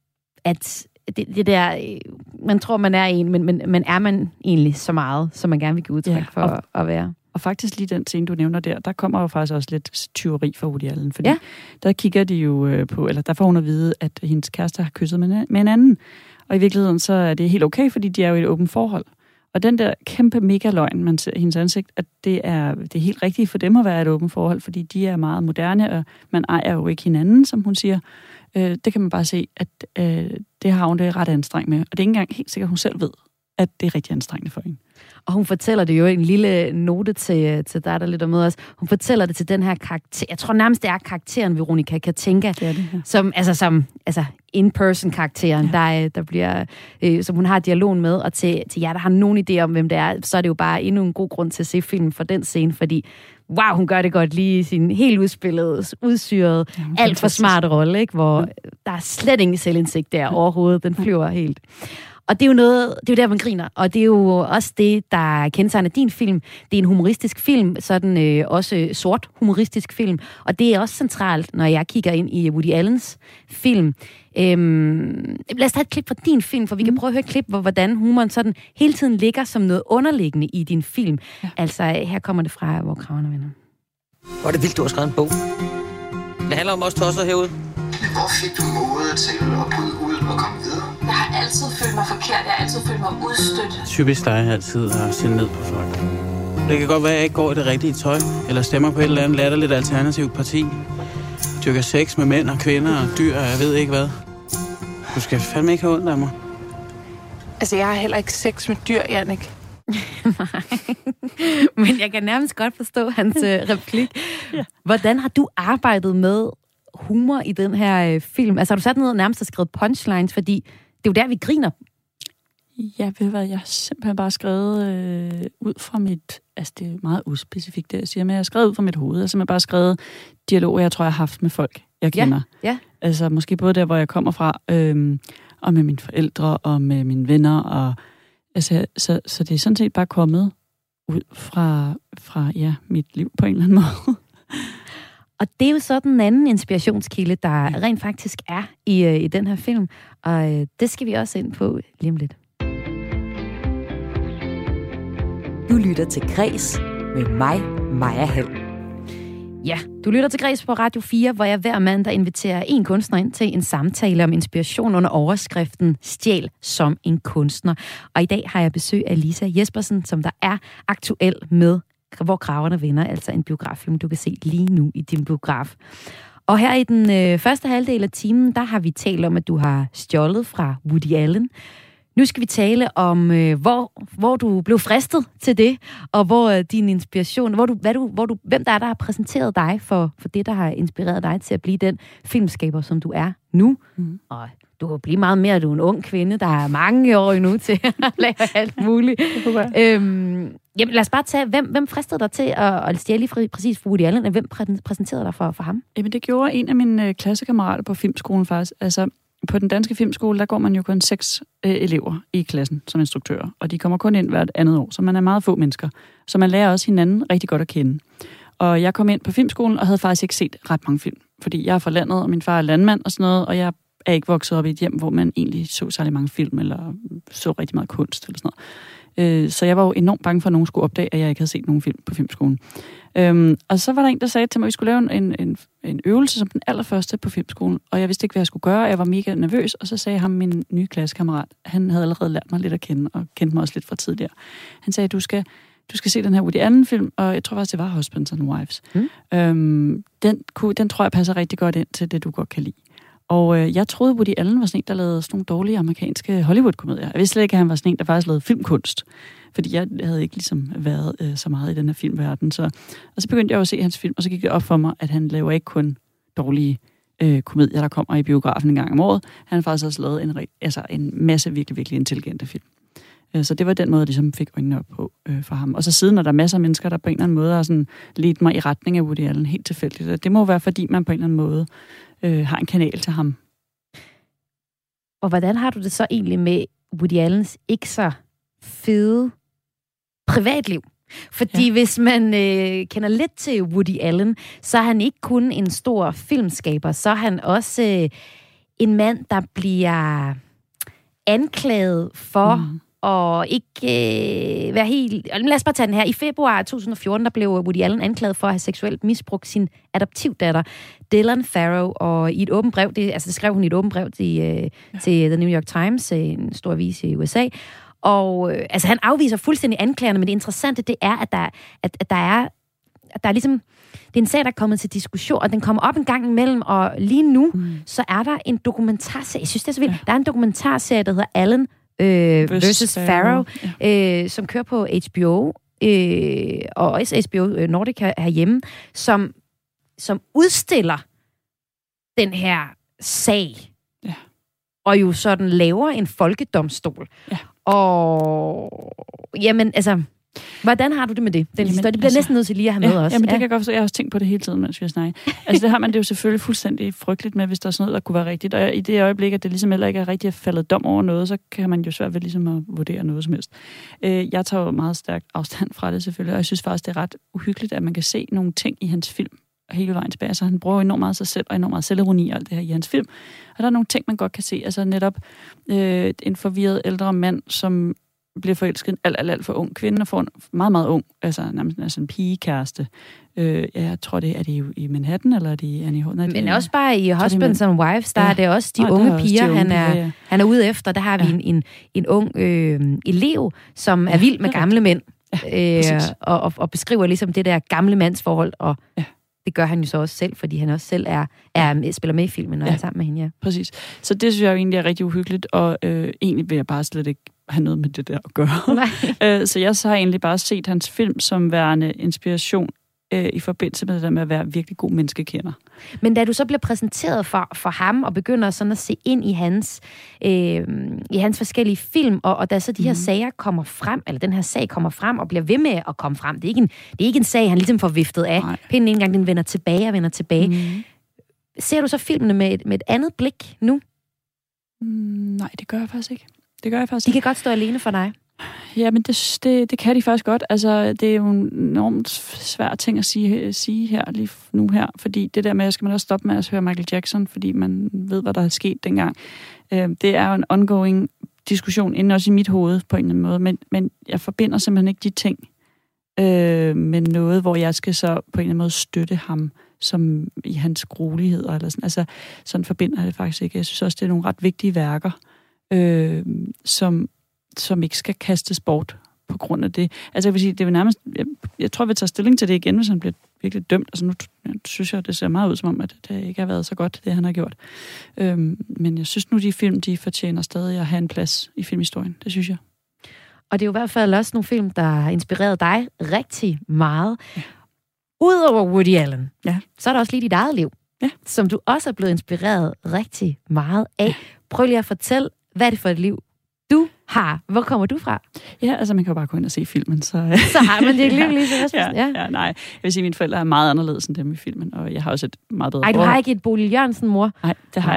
at det, det der, man tror, man er en, men, men, men er man egentlig så meget, som man gerne vil give udtryk ja. for og, at være. Og faktisk lige den scene, du nævner der, der kommer jo faktisk også lidt tyveri for Woody Allen. Fordi ja. der kigger de jo på, eller der får hun at vide, at hendes kæreste har kysset med, med en anden. Og i virkeligheden, så er det helt okay, fordi de er jo i et åbent forhold. Og den der kæmpe mega-løgn, man ser i hendes ansigt, at det er, det er helt rigtigt for dem at være i et åbent forhold, fordi de er meget moderne, og man ejer jo ikke hinanden, som hun siger. Øh, det kan man bare se, at øh, det har hun det ret anstrengt med. Og det er ikke engang helt sikkert, hun selv ved, at det er rigtig anstrengende for hende. Og hun fortæller det jo en lille note til, til dig, der lidt med os. Hun fortæller det til den her karakter. Jeg tror nærmest, det er karakteren Veronica Katinka, det er det, ja. som, altså, som altså, in-person-karakteren, ja. der, der bliver, øh, som hun har dialogen med. Og til, til jer, der har nogen idé om, hvem det er, så er det jo bare endnu en god grund til at se filmen for den scene, fordi wow, hun gør det godt lige i sin helt udspillede, udsyrede, ja, alt for smart rolle, ikke? Hvor ja. der er slet ingen selvindsigt der overhovedet. Den flyver helt. Og det er jo noget, det er jo der, man griner, og det er jo også det, der kendetegner din film. Det er en humoristisk film, sådan øh, også sort humoristisk film, og det er også centralt, når jeg kigger ind i Woody Allens film. Øhm, lad os tage et klip fra din film, for vi kan prøve at høre et klip, hvor hvordan humoren sådan hele tiden ligger som noget underliggende i din film. Ja. Altså, her kommer det fra, hvor kragerne vender. Hvor er det vildt, du har skrevet en bog. Det handler om os tosser herude. Hvor fik du modet til at bryde ud og komme videre? Jeg har altid følt mig forkert. Jeg har altid følt mig udstødt. Typisk dig altid at se ned på folk. Det kan godt være, at jeg ikke går i det rigtige tøj, eller stemmer på et eller andet latterligt alternativt parti. Dyrker sex med mænd og kvinder og dyr, og jeg ved ikke hvad. Du skal fandme ikke have ondt af mig. Altså, jeg har heller ikke sex med dyr, Jannik. Nej, men jeg kan nærmest godt forstå hans øh, replik. Ja. Hvordan har du arbejdet med humor i den her øh, film? Altså har du sat ned og nærmest og skrevet punchlines, fordi det er jo der, vi griner. Ja, ved hvad, jeg har simpelthen bare skrevet øh, ud fra mit, altså det er meget uspecifikt det, jeg siger, men jeg har skrevet ud fra mit hoved. Jeg har simpelthen bare skrevet dialoger, jeg tror, jeg har haft med folk, jeg kender. Ja, ja. Altså måske både der, hvor jeg kommer fra, øh, og med mine forældre, og med mine venner, og altså, så, så det er sådan set bare kommet ud fra, fra ja, mit liv på en eller anden måde. Og det er jo så den anden inspirationskilde, der rent faktisk er i, i den her film. Og det skal vi også ind på lige om lidt. Du lytter til Græs med mig, Maja Hall. Ja, du lytter til Græs på Radio fire, hvor jeg hver mandag inviterer en kunstner ind til en samtale om inspiration under overskriften Stjæl som en kunstner. Og i dag har jeg besøg af Lisa Jespersen, som der er aktuel med Hvor kragerne vender, altså en biograffilm, du kan se lige nu i din biograf. Og her i den øh, første halvdel af timen, der har vi talt om, at du har stjålet fra Woody Allen. Nu skal vi tale om, øh, hvor, hvor du blev fristet til det, og hvor øh, din inspiration, hvor du, hvad du, hvor du, hvem der er, der har præsenteret dig for, for det, der har inspireret dig til at blive den filmskaber, som du er nu. Mm. Og du kan blive meget mere, du er en ung kvinde, der har mange år endnu til at lave alt muligt. øhm, jamen, lad os bare tage, hvem, hvem fristede dig til at, at stjæle lige præcis for Woody Allen, og hvem præsenterede dig for, for ham? Jamen, det gjorde en af mine klassekammerater på filmskolen faktisk. Altså, på den danske filmskole, der går man jo kun seks øh, elever i klassen som instruktører, og de kommer kun ind hvert andet år, så man er meget få mennesker. Så man lærer også hinanden rigtig godt at kende. Og jeg kom ind på filmskolen og havde faktisk ikke set ret mange film, fordi jeg er fra landet, og min far er landmand og sådan noget, og jeg er ikke vokset op i et hjem, hvor man egentlig så særlig mange film, eller så rigtig meget kunst, eller sådan Øh, så jeg var jo enormt bange for, at nogen skulle opdage, at jeg ikke havde set nogen film på filmskolen. Øhm, og så var der en, der sagde til mig, at vi skulle lave en, en, en øvelse som den allerførste på filmskolen, og jeg vidste ikke, hvad jeg skulle gøre, jeg var mega nervøs, og så sagde ham, min nye klassekammerat, han havde allerede lært mig lidt at kende, og kendte mig også lidt fra tidligere. Han sagde, du skal, du skal se den her Woody Allen-film, og jeg tror faktisk, det var Husbands and Wives. Mm. Øhm, den, kunne, den tror jeg passer rigtig godt ind til det, du godt kan lide. Og øh, jeg troede, Woody Allen var sådan en, der lavede sådan nogle dårlige amerikanske Hollywood-komedier. Jeg vidste slet ikke, at han var sådan en, der faktisk lavede filmkunst. Fordi jeg havde ikke ligesom været øh, så meget i den her filmverden. Så, og så begyndte jeg jo at se hans film, og så gik det op for mig, at han laver ikke kun dårlige øh, komedier, der kommer i biografen en gang om året. Han har faktisk også lavet en, altså en masse virkelig, virkelig intelligente film. Øh, så det var den måde, jeg ligesom fik øjnene op på øh, for ham. Og så siden, når der er masser af mennesker, der på en eller anden måde har sådan ledt mig i retning af Woody Allen helt tilfældigt. Og det må være, fordi man på en eller anden måde øh, har en kanal til ham. Og hvordan har du det så egentlig med Woody Allens ikke så fede privatliv? Fordi ja. hvis man øh, kender lidt til Woody Allen, så er han ikke kun en stor filmskaber, så er han også øh, en mand, der bliver anklaget for mm. at ikke øh, være helt... Lad os bare tage den her. I februar to tusind og fjorten, der blev Woody Allen anklaget for at have seksuelt misbrugt sin adoptivdatter, Dylan Farrow, og i et åbent brev, det, altså det skrev hun i et åbent brev til, øh, ja. til The New York Times, en stor avis i U S A. Og øh, altså, han afviser fuldstændig anklagerne, men det interessante, det er, at der, at, at der er at der er ligesom, det er en sag, der er kommet til diskussion, og den kommer op en gang imellem, og lige nu, mm. så er der en dokumentarserie, jeg synes, det er så vildt, ja. der er en dokumentarserie, der hedder Allen øh, versus Farrow, ja. øh, som kører på H B O, øh, og også H B O Nordic her, herhjemme, som, som udstiller den her sag, ja. og jo sådan laver en folkedomstol. Ja. Og jamen, altså, hvordan har du det med det? Den historie, det bliver altså, næsten nødt til lige at have med ja, os. Jamen, det ja. kan jeg godt forstå. Jeg har også tænkt på det hele tiden, mens vi har snakket. Altså, det har man det jo selvfølgelig fuldstændig frygteligt med, hvis der er sådan noget, der kunne være rigtigt. Og i det øjeblik, at det ligesom heller ikke er rigtig faldet dom over noget, så kan man jo svært ved ligesom at vurdere noget som helst. Jeg tager jo meget stærkt afstand fra det selvfølgelig, og jeg synes faktisk, det er ret uhyggeligt, at man kan se nogle ting i hans film hele vejen tilbage. Altså, han bruger enormt meget sig selv, og enormt meget selvironi og alt det her i hans film. Og der er nogle ting, man godt kan se. Altså netop øh, en forvirret ældre mand, som bliver forelsket en alt, alt, alt for ung kvinde, og får en meget, meget ung, altså nærmest altså en pigekæreste. Øh, jeg tror, det er det jo i Manhattan, eller er det i Annie Hall? Men også bare i Husbands and Wives, der ja. er det også de Nej, unge piger, de unge han, er, piger ja. han er ude efter. Der har vi ja. en, en, en ung øh, elev, som ja, er vild med gamle mænd, ja, øh, og, og, og beskriver ligesom det der gamle mandsforhold, og ja. det gør han jo så også selv, fordi han også selv er, er spiller med i filmen, og ja. er sammen med hende. Ja. Præcis. Så det synes jeg jo egentlig er rigtig uhyggeligt, og øh, egentlig vil jeg bare slet ikke have noget med det der at gøre. øh, så jeg så har egentlig bare set hans film som værende inspiration øh, i forbindelse med det der med at være virkelig god menneskekender. Men da du så bliver præsenteret for, for ham, og begynder sådan at se ind i hans, øh, i hans forskellige film, og, og da så de her mm. sager kommer frem, eller den her sag kommer frem, og bliver ved med at komme frem, det er ikke en, det er ikke en sag, han ligesom får viftet af. Pinden en gang, den vender tilbage og vender tilbage. Mm. Ser du så filmene med et, med et andet blik nu? Mm, nej, det gør jeg faktisk ikke. Det gør jeg faktisk De kan godt stå alene for dig. Ja, men det, det, det kan de faktisk godt. Altså, det er jo en enormt svær ting at sige, sige her lige nu her, fordi det der med, skal man også stoppe med at høre Michael Jackson, fordi man ved, hvad der er sket dengang. Øh, det er jo en ongoing diskussion inden også i mit hoved på en eller anden måde, men, men jeg forbinder simpelthen ikke de ting øh, med noget, hvor jeg skal så på en eller anden måde støtte ham som i hans grueligheder eller sådan. Altså, sådan forbinder jeg det faktisk ikke. Jeg synes også, det er nogle ret vigtige værker, Øh, som, som ikke skal kastes bort på grund af det. Altså jeg vil sige, det er nærmest, jeg, jeg tror, vi tager stilling til det igen, hvis han bliver virkelig dømt. Altså nu jeg, synes jeg, det ser meget ud som om, at det ikke har været så godt, det han har gjort. Øh, men jeg synes nu, de film, de fortjener stadig at have en plads i filmhistorien. Det synes jeg. Og det er jo i hvert fald også nogle film, der har inspireret dig rigtig meget. Ja. Udover Woody Allen, ja. så er der også lige dit eget liv, ja. som du også er blevet inspireret rigtig meget af. Ja. Prøv lige at fortælle, hvad er det for et liv, du har? Hvor kommer du fra? Ja, altså man kan jo bare gå ind og se filmen, så... så har man det ikke lige så ja, ja, ja, nej. Jeg vil sige, at mine forældre er meget anderledes end dem i filmen, og jeg har også et meget bedre... Ej, du har ikke et Bodil Jørgensen, mor? Nej, det har nej. jeg ikke.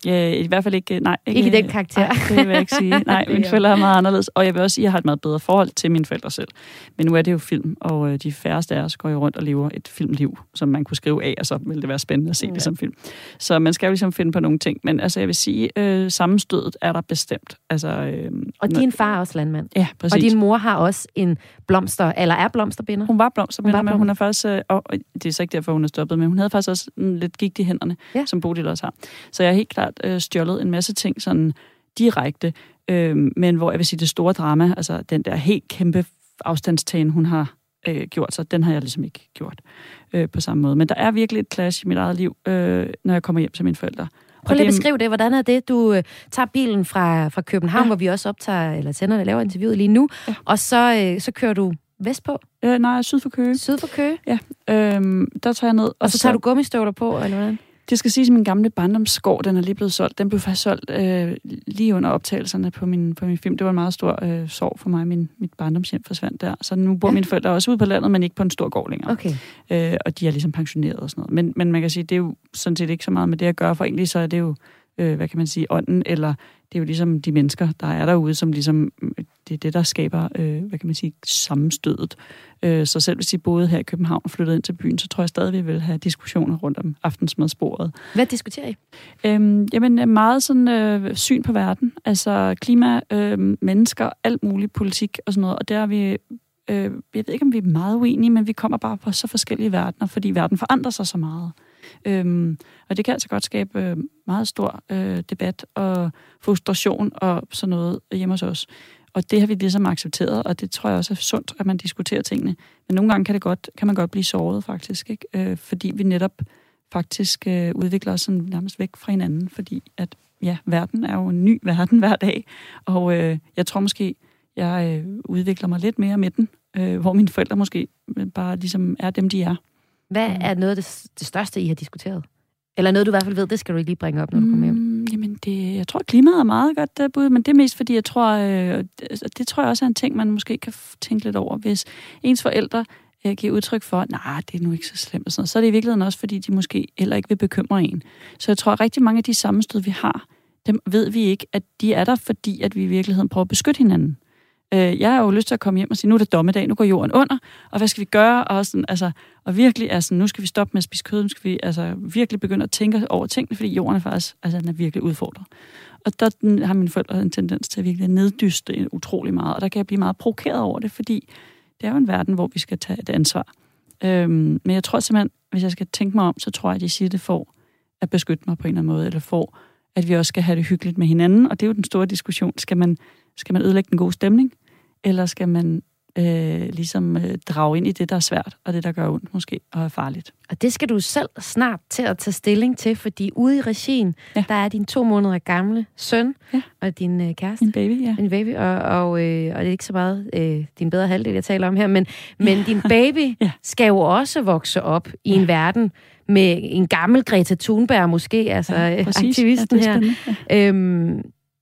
Ja, i hvert fald ikke, nej. Ikke, ikke i den karakter. Nej, det vil jeg ikke sige. Nej, mine forældre er meget anderledes. Og jeg vil også sige, at jeg har et meget bedre forhold til mine forældre selv. Men nu er det jo film, og øh, de færreste af os går jo rundt og lever et filmliv, som man kunne skrive af, og så ville det være spændende at se ja. det som film. Så man skal jo ligesom finde på nogle ting. Men altså, jeg vil sige, øh, sammenstødet er der bestemt. Altså, øh, og din far er også landmand. Ja, præcis. Og din mor har også en blomster, eller er blomsterbinder? Hun var blomsterbinder, men hun er faktisk, øh, og det er så ikke derfor, hun er stoppet, men hun havde faktisk også en lidt gigt i hænderne, ja. som Bodil også har. Så jeg har helt klart øh, stjålet en masse ting sådan direkte, øh, men hvor jeg vil sige, det store drama, altså den der helt kæmpe afstandstagen, hun har øh, gjort, så den har jeg ligesom ikke gjort øh, på samme måde. Men der er virkelig et clash i mit eget liv, øh, når jeg kommer hjem til mine forældre. Prøv lige at beskrive det. Hvordan er det? Du øh, tager bilen fra, fra København, ja. hvor vi også optager, eller sender, laver interviewet lige nu, ja. og så, øh, så kører du vestpå? Øh, nej, syd for Køge. Syd for Køge? Ja, øh, der tager jeg ned. Og, og så tager du gummistøvler på, eller hvordan? Det skal siges, at min gamle barndomsgård, den er lige blevet solgt. Den blev faktisk solgt øh, lige under optagelserne på min, på min film. Det var en meget stor øh, sorg for mig. Min, mit barndomshjem forsvandt der. Så nu bor ja. mine forældre også ude på landet, men ikke på en stor gård længere. Okay. Øh, og de er ligesom pensioneret og sådan noget. Men, men man kan sige, det er jo sådan set ikke så meget med det at gøre, for egentlig så er det jo, øh, hvad kan man sige, ånden, eller det er jo ligesom de mennesker, der er derude, som ligesom, det er det, der skaber, øh, hvad kan man sige, sammenstødet. Øh, så selv hvis de boede her i København og flyttede ind til byen, så tror jeg stadig, vi vil have diskussioner rundt om aftensmadsbordet. Hvad diskuterer I? Øhm, jamen, meget sådan øh, syn på verden. Altså klima, øh, mennesker, alt muligt, politik og sådan noget. Og der er vi, øh, jeg ved ikke, om vi er meget uenige, men vi kommer bare på så forskellige verdener, fordi verden forandrer sig så meget. Øhm, og det kan altså godt skabe øh, meget stor øh, debat og frustration og sådan noget hjemme hos os. Og det har vi ligesom accepteret, og det tror jeg også er sundt, at man diskuterer tingene. Men nogle gange kan, det godt, kan man godt blive såret faktisk, ikke? Øh, fordi vi netop faktisk øh, udvikler os sådan nærmest væk fra hinanden, fordi at ja, verden er jo en ny verden hver dag, og øh, jeg tror måske, jeg øh, udvikler mig lidt mere med den, øh, hvor mine forældre måske bare ligesom er dem, de er. Hvad er noget af det, det største, I har diskuteret? Eller noget, du i hvert fald ved, det skal du ikke lige bringe op, når du kommer hjem? Mm, jamen, det, jeg tror, klimaet er meget godt der bud, men det er mest fordi, jeg tror, øh, det, det tror jeg også er en ting, man måske kan tænke lidt over. Hvis ens forældre øh, giver udtryk for, nej, det er nu ikke så slemt, og sådan noget, så er det i virkeligheden også, fordi de måske heller ikke vil bekymre en. Så jeg tror, at rigtig mange af de sammenstød, vi har, dem ved vi ikke, at de er der, fordi at vi i virkeligheden prøver at beskytte hinanden. Jeg har jo lyst til at komme hjem og sige, nu er det dommedag, nu går jorden under, og hvad skal vi gøre? Og, sådan, altså, og virkelig, altså, nu skal vi stoppe med at spise kød, nu skal vi altså, virkelig begynde at tænke over tingene, fordi jorden er faktisk altså, den er virkelig udfordret. Og der den, har mine forældre en tendens til at virkelig neddyste utrolig meget, og der kan jeg blive meget provokeret over det, fordi det er jo en verden, hvor vi skal tage et ansvar. Øhm, men jeg tror simpelthen, hvis jeg skal tænke mig om, så tror jeg, at de siger det for at beskytte mig på en eller anden måde, eller for, at vi også skal have det hyggeligt med hinanden, og det er jo den store diskussion. Skal man, skal man ødelægge den gode stemning? Eller skal man øh, ligesom øh, drage ind i det, der er svært, og det, der gør ondt måske, og er farligt? Og det skal du selv snart til at tage stilling til, fordi ude i regien, ja. der er din to måneder gamle søn, ja. og din øh, kæreste. En baby, ja. En baby, og, og, øh, og det er ikke så meget øh, din bedre halvdel, jeg taler om her, men, men din baby ja. skal jo også vokse op i en ja. verden med en gammel Greta Thunberg måske, altså ja, aktivisten ja, her. Ja. Øhm,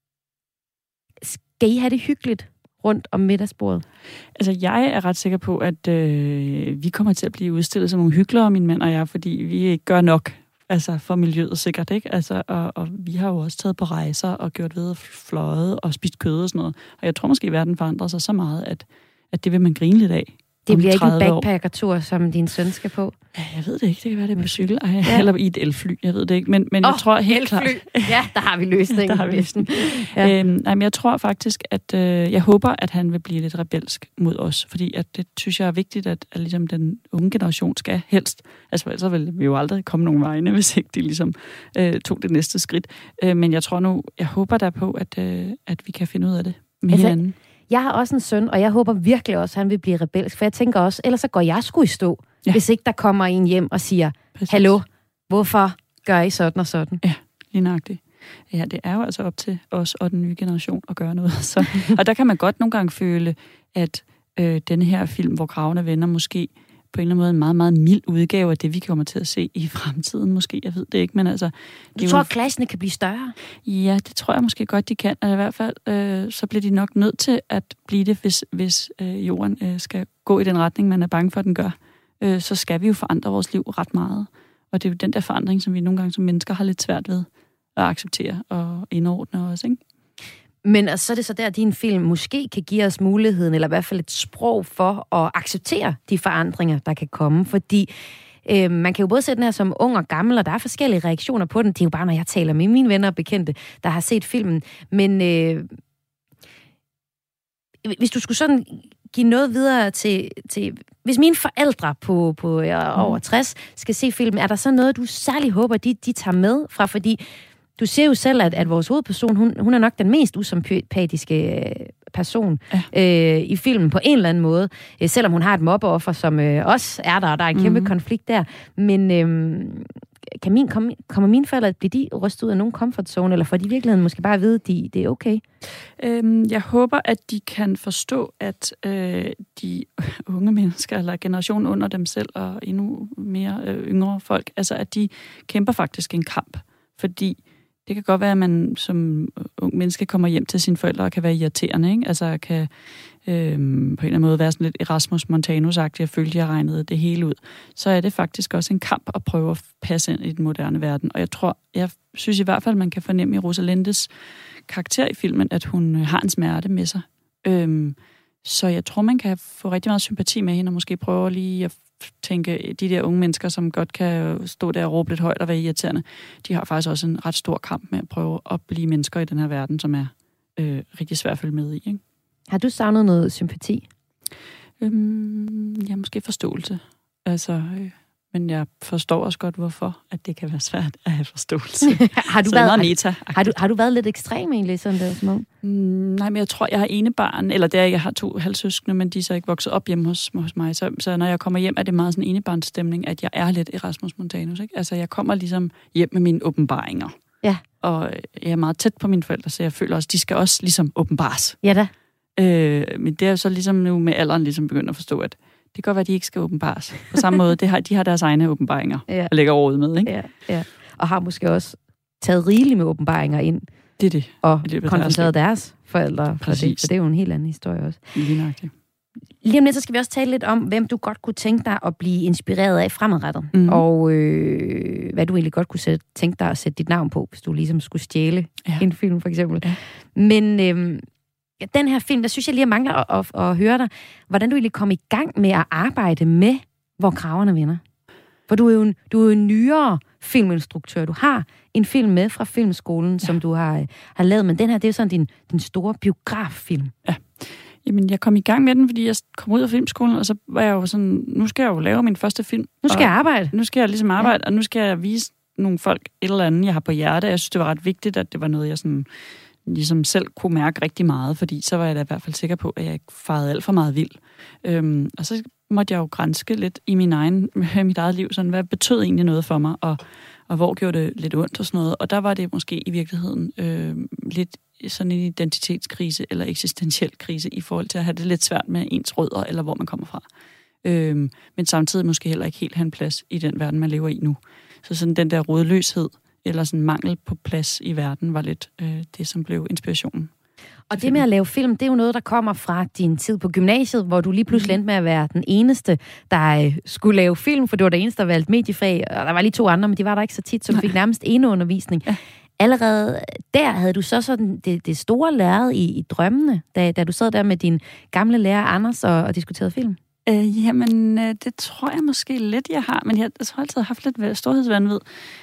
skal I have det hyggeligt rundt om middagsbordet? Altså, jeg er ret sikker på, at øh, vi kommer til at blive udstillet som nogle hyklere, min mand og jeg, fordi vi ikke gør nok altså, for miljøet sikkert, ikke? Altså, og, og vi har jo også taget på rejser og gjort ved at fløjet og spist kød og sådan noget. Og jeg tror måske, at verden forandrer sig så meget, at, at det vil man grine lidt af. Det bliver ikke en backpackertur, som din søn skal på? Ja, jeg ved det ikke. Det kan være, det er på cykel. Ej, ja. Eller i et elfly. Jeg ved det ikke. Men, men oh, jeg tror helt elfly. klart... Ja, der har vi løsningen. Der har vi løsningen. Ja. Øhm, nej, men jeg tror faktisk, at øh, jeg håber, at han vil blive lidt rebelsk mod os. Fordi at det synes jeg er vigtigt, at, at ligesom den unge generation skal helst... Altså, ellers vil vi jo aldrig komme nogen vegne, hvis ikke de ligesom øh, tog det næste skridt. Øh, men jeg tror nu... Jeg håber der på, at, øh, at vi kan finde ud af det med altså, hinanden. Jeg har også en søn, og jeg håber virkelig også, at han vil blive rebelsk. For jeg tænker også, ellers så går jeg sgu i stå, ja. hvis ikke der kommer en hjem og siger, Præcis. hallo, hvorfor gør I sådan og sådan? Ja, lige nøjagtigt. Ja, det er jo altså op til os og den nye generation at gøre noget. Så. Og der kan man godt nogle gange føle, at øh, denne her film, hvor Gravene Venner, måske på en eller anden måde en meget, meget mild udgave af det, vi kommer til at se i fremtiden, måske. Jeg ved det ikke, men altså... Du tror, at klassene kan blive større? Ja, det tror jeg måske godt, de kan. Altså, i hvert fald, øh, så bliver de nok nødt til at blive det, hvis, hvis øh, jorden øh, skal gå i den retning, man er bange for, at den gør. Øh, så skal vi jo forandre vores liv ret meget. Og det er jo den der forandring, som vi nogle gange som mennesker har lidt svært ved at acceptere og indordne os, ikke? Men så er det så der, at din film måske kan give os muligheden, eller i hvert fald et sprog for at acceptere de forandringer, der kan komme. Fordi øh, man kan jo både se den her som ung og gammel, og der er forskellige reaktioner på den. Det er jo bare, når jeg taler med mine venner og bekendte, der har set filmen. Men øh, hvis du skulle sådan give noget videre til... til hvis mine forældre på, på øh, over tres skal se filmen, er der så noget, du særlig håber, de, de tager med fra? Fordi du ser jo selv, at, at vores hovedperson, hun, hun er nok den mest usympatiske person ja. øh, i filmen på en eller anden måde. Øh, selvom hun har et mobbeoffer, som øh, også er der, og der er en kæmpe mm-hmm. konflikt der. Men øh, kan min, kom, kommer mine forældre, bliver de rystet ud af nogen comfort zone, eller får de i virkeligheden måske bare at vide, at de, det er okay? Øhm, jeg håber, at de kan forstå, at øh, de unge mennesker, eller generationen under dem selv, og endnu mere øh, yngre folk, altså at de kæmper faktisk en kamp. Fordi det kan godt være, at man som ung menneske kommer hjem til sine forældre og kan være irriterende, ikke? Altså kan øhm, på en eller anden måde være sådan lidt Erasmus Montanus-agtig og føle, at jeg regnede det hele ud. Så er det faktisk også en kamp at prøve at passe ind i den moderne verden. Og jeg tror, jeg synes i hvert fald, man kan fornemme i Rosalindes karakter i filmen, at hun har en smerte med sig. Øhm, så jeg tror, man kan få rigtig meget sympati med hende, og måske prøve lige at tænke, de der unge mennesker, som godt kan stå der og råbe lidt højt og være irriterende, de har faktisk også en ret stor kamp med at prøve at blive mennesker i den her verden, som er øh, rigtig svært at følge med i. Ikke? Har du savnet noget sympati? Øhm, ja, måske forståelse. Altså, øh, men jeg forstår også godt, hvorfor at det kan være svært at have forståelse. har, du været, har, har, du, har du været lidt ekstrem egentlig, sådan der som ung? Mm, nej, men jeg tror, jeg har ene barn, eller det er, jeg har to halvsøskende, men de er så ikke vokset op hjemme hos, hos mig. Så, så når jeg kommer hjem, er det meget sådan en enebarnsstemning, at jeg er lidt Erasmus Montanus. Ikke? Altså, jeg kommer ligesom hjem med mine åbenbaringer. Ja. Og jeg er meget tæt på mine forældre, så jeg føler også, de skal også ligesom åbenbares. Ja da. Øh, men det er jo så ligesom nu med alderen ligesom begyndt at forstå, at det kan godt være, at de ikke skal åbenbares. På samme måde, det har, de har deres egne åbenbaringer ja. og lægger råd med, ikke? Ja, ja. Og har måske også taget rigeligt med åbenbaringer ind. Det er det. Og konfronteret deres, deres forældre. Præcis. Så det er jo en helt anden historie også. Lige nøjagtigt. Lige om lidt, så skal vi også tale lidt om, hvem du godt kunne tænke dig at blive inspireret af fremadrettet. Mm. Og øh, hvad du egentlig godt kunne sætte, tænke dig at sætte dit navn på, hvis du ligesom skulle stjæle ja. en film, for eksempel. Ja. Men øh, ja, den her film, der synes jeg lige, jeg mangler at, at, at høre dig, hvordan du egentlig kom i gang med at arbejde med Hvor kragerne vender. For du er jo en, du er jo en nyere filminstruktør. Du har en film med fra Filmskolen, ja. som du har, har lavet, men den her, det er jo sådan din, din store biograffilm. Ja. Jamen, jeg kom i gang med den, fordi jeg kom ud af Filmskolen, og så var jeg jo sådan, nu skal jeg jo lave min første film. Nu skal jeg arbejde. Nu skal jeg ligesom arbejde, ja. og nu skal jeg vise nogle folk et eller andet, jeg har på hjerte. Jeg synes, det var ret vigtigt, at det var noget, jeg sådan, ligesom selv kunne mærke rigtig meget, fordi så var jeg da i hvert fald sikker på, at jeg ikke farede alt for meget vild. Øhm, og så måtte jeg jo granske lidt i min egen, mit eget liv, sådan, hvad betød egentlig noget for mig, og, og hvor gjorde det lidt ondt og sådan noget. Og der var det måske i virkeligheden øh, lidt sådan en identitetskrise eller eksistentiel krise i forhold til at have det lidt svært med ens rødder, eller hvor man kommer fra. Øhm, men samtidig måske heller ikke helt have en plads i den verden, man lever i nu. Så sådan den der rådløshed, eller sådan mangel på plads i verden, var lidt øh, det, som blev inspirationen. Og det med at lave film, det er jo noget, der kommer fra din tid på gymnasiet, hvor du lige pludselig endte med at være den eneste, der skulle lave film, for du var den eneste, der valgte mediefag, og der var lige to andre, men de var der ikke så tit, så du fik nærmest eneundervisning. Ja. Allerede der havde du så sådan det, det store lærred i, i drømmene, da, da du sad der med din gamle lærer Anders og, og diskuterede film? Øh, jamen, øh, det tror jeg måske lidt, jeg har, men jeg, jeg tror altid, jeg har haft lidt storhedsvanvid.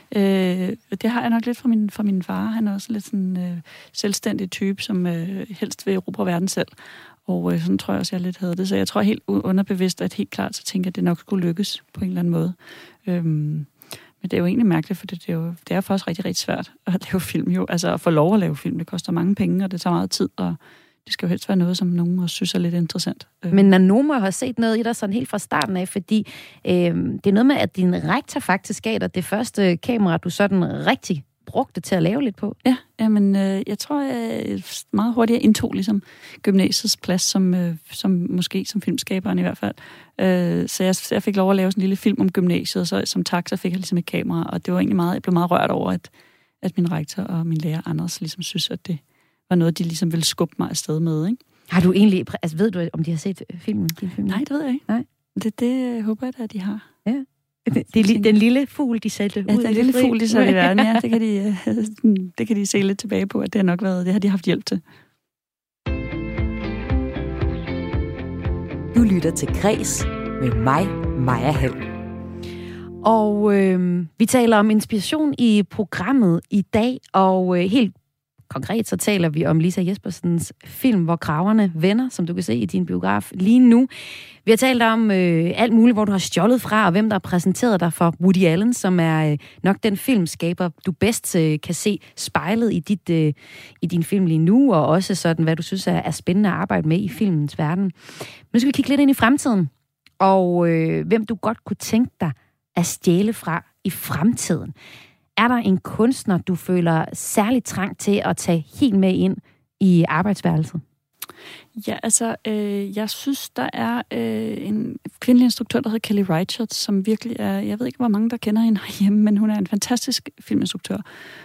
Øh, det har jeg nok lidt fra min, fra min far. Han er også lidt sådan øh, selvstændig type, som øh, helst vil erobre verden selv. Og øh, sådan tror jeg også, jeg lidt havde det. Så jeg tror helt underbevidst, at helt klart, så tænker jeg, at det nok skulle lykkes på en eller anden måde. Øh, men det er jo egentlig mærkeligt, for det, det, er jo, det er faktisk rigtig, rigtig svært at lave film jo. Altså at få lov at lave film, det koster mange penge, og det tager meget tid, og det skal jo helst være noget, som nogen også synes er lidt interessant. Men når nogen har set noget i dig sådan helt fra starten af, fordi øh, det er noget med, at din rektor faktisk gav dig det første kamera, du sådan rigtig brugte til at lave lidt på. Ja, jamen, øh, jeg tror, jeg meget hurtigt indtog ligesom gymnasiets plads, som, øh, som måske som filmskaberen i hvert fald. Øh, så jeg, jeg fik lov at lave sådan en lille film om gymnasiet, og så som tak, så fik jeg ligesom et kamera, og det var egentlig meget, jeg blev meget rørt over, at, at min rektor og min lærer Anders ligesom synes, at det var noget, de ligesom ville skubbe mig afsted med, ikke? Har du egentlig, altså ved du, om de har set filmen? Din film? Nej, det ved jeg ikke. Nej. Det, det håber jeg da, at de har. Ja. Det er li- den lille fugl, de satte ja, ud. den lille fugl, de satte i verden, ja. Det kan, de, det kan de se lidt tilbage på, at det har nok været, det har de haft hjælp til. Du lytter til Græs med mig, Maja Hall. Og øh, vi taler om inspiration i programmet i dag, og øh, helt konkret så taler vi om Lisa Jespersens film, Hvor kragerne vender, som du kan se i din biograf lige nu. Vi har talt om øh, alt muligt, hvor du har stjålet fra, og hvem der har præsenteret dig for Woody Allen, som er øh, nok den filmskaber, du bedst øh, kan se spejlet i, dit, øh, i din film lige nu, og også sådan, hvad du synes er, er spændende at arbejde med i filmens verden. Nu skal vi kigge lidt ind i fremtiden, og øh, hvem du godt kunne tænke dig at stjæle fra i fremtiden. Er der en kunstner, du føler særligt trang til at tage helt med ind i arbejdsværelset? Ja, altså, øh, jeg synes, der er øh, en kvindelig instruktør, der hedder Kelly Reichardt, som virkelig er, jeg ved ikke, hvor mange, der kender hende herhjemme, men hun er en fantastisk filminstruktør.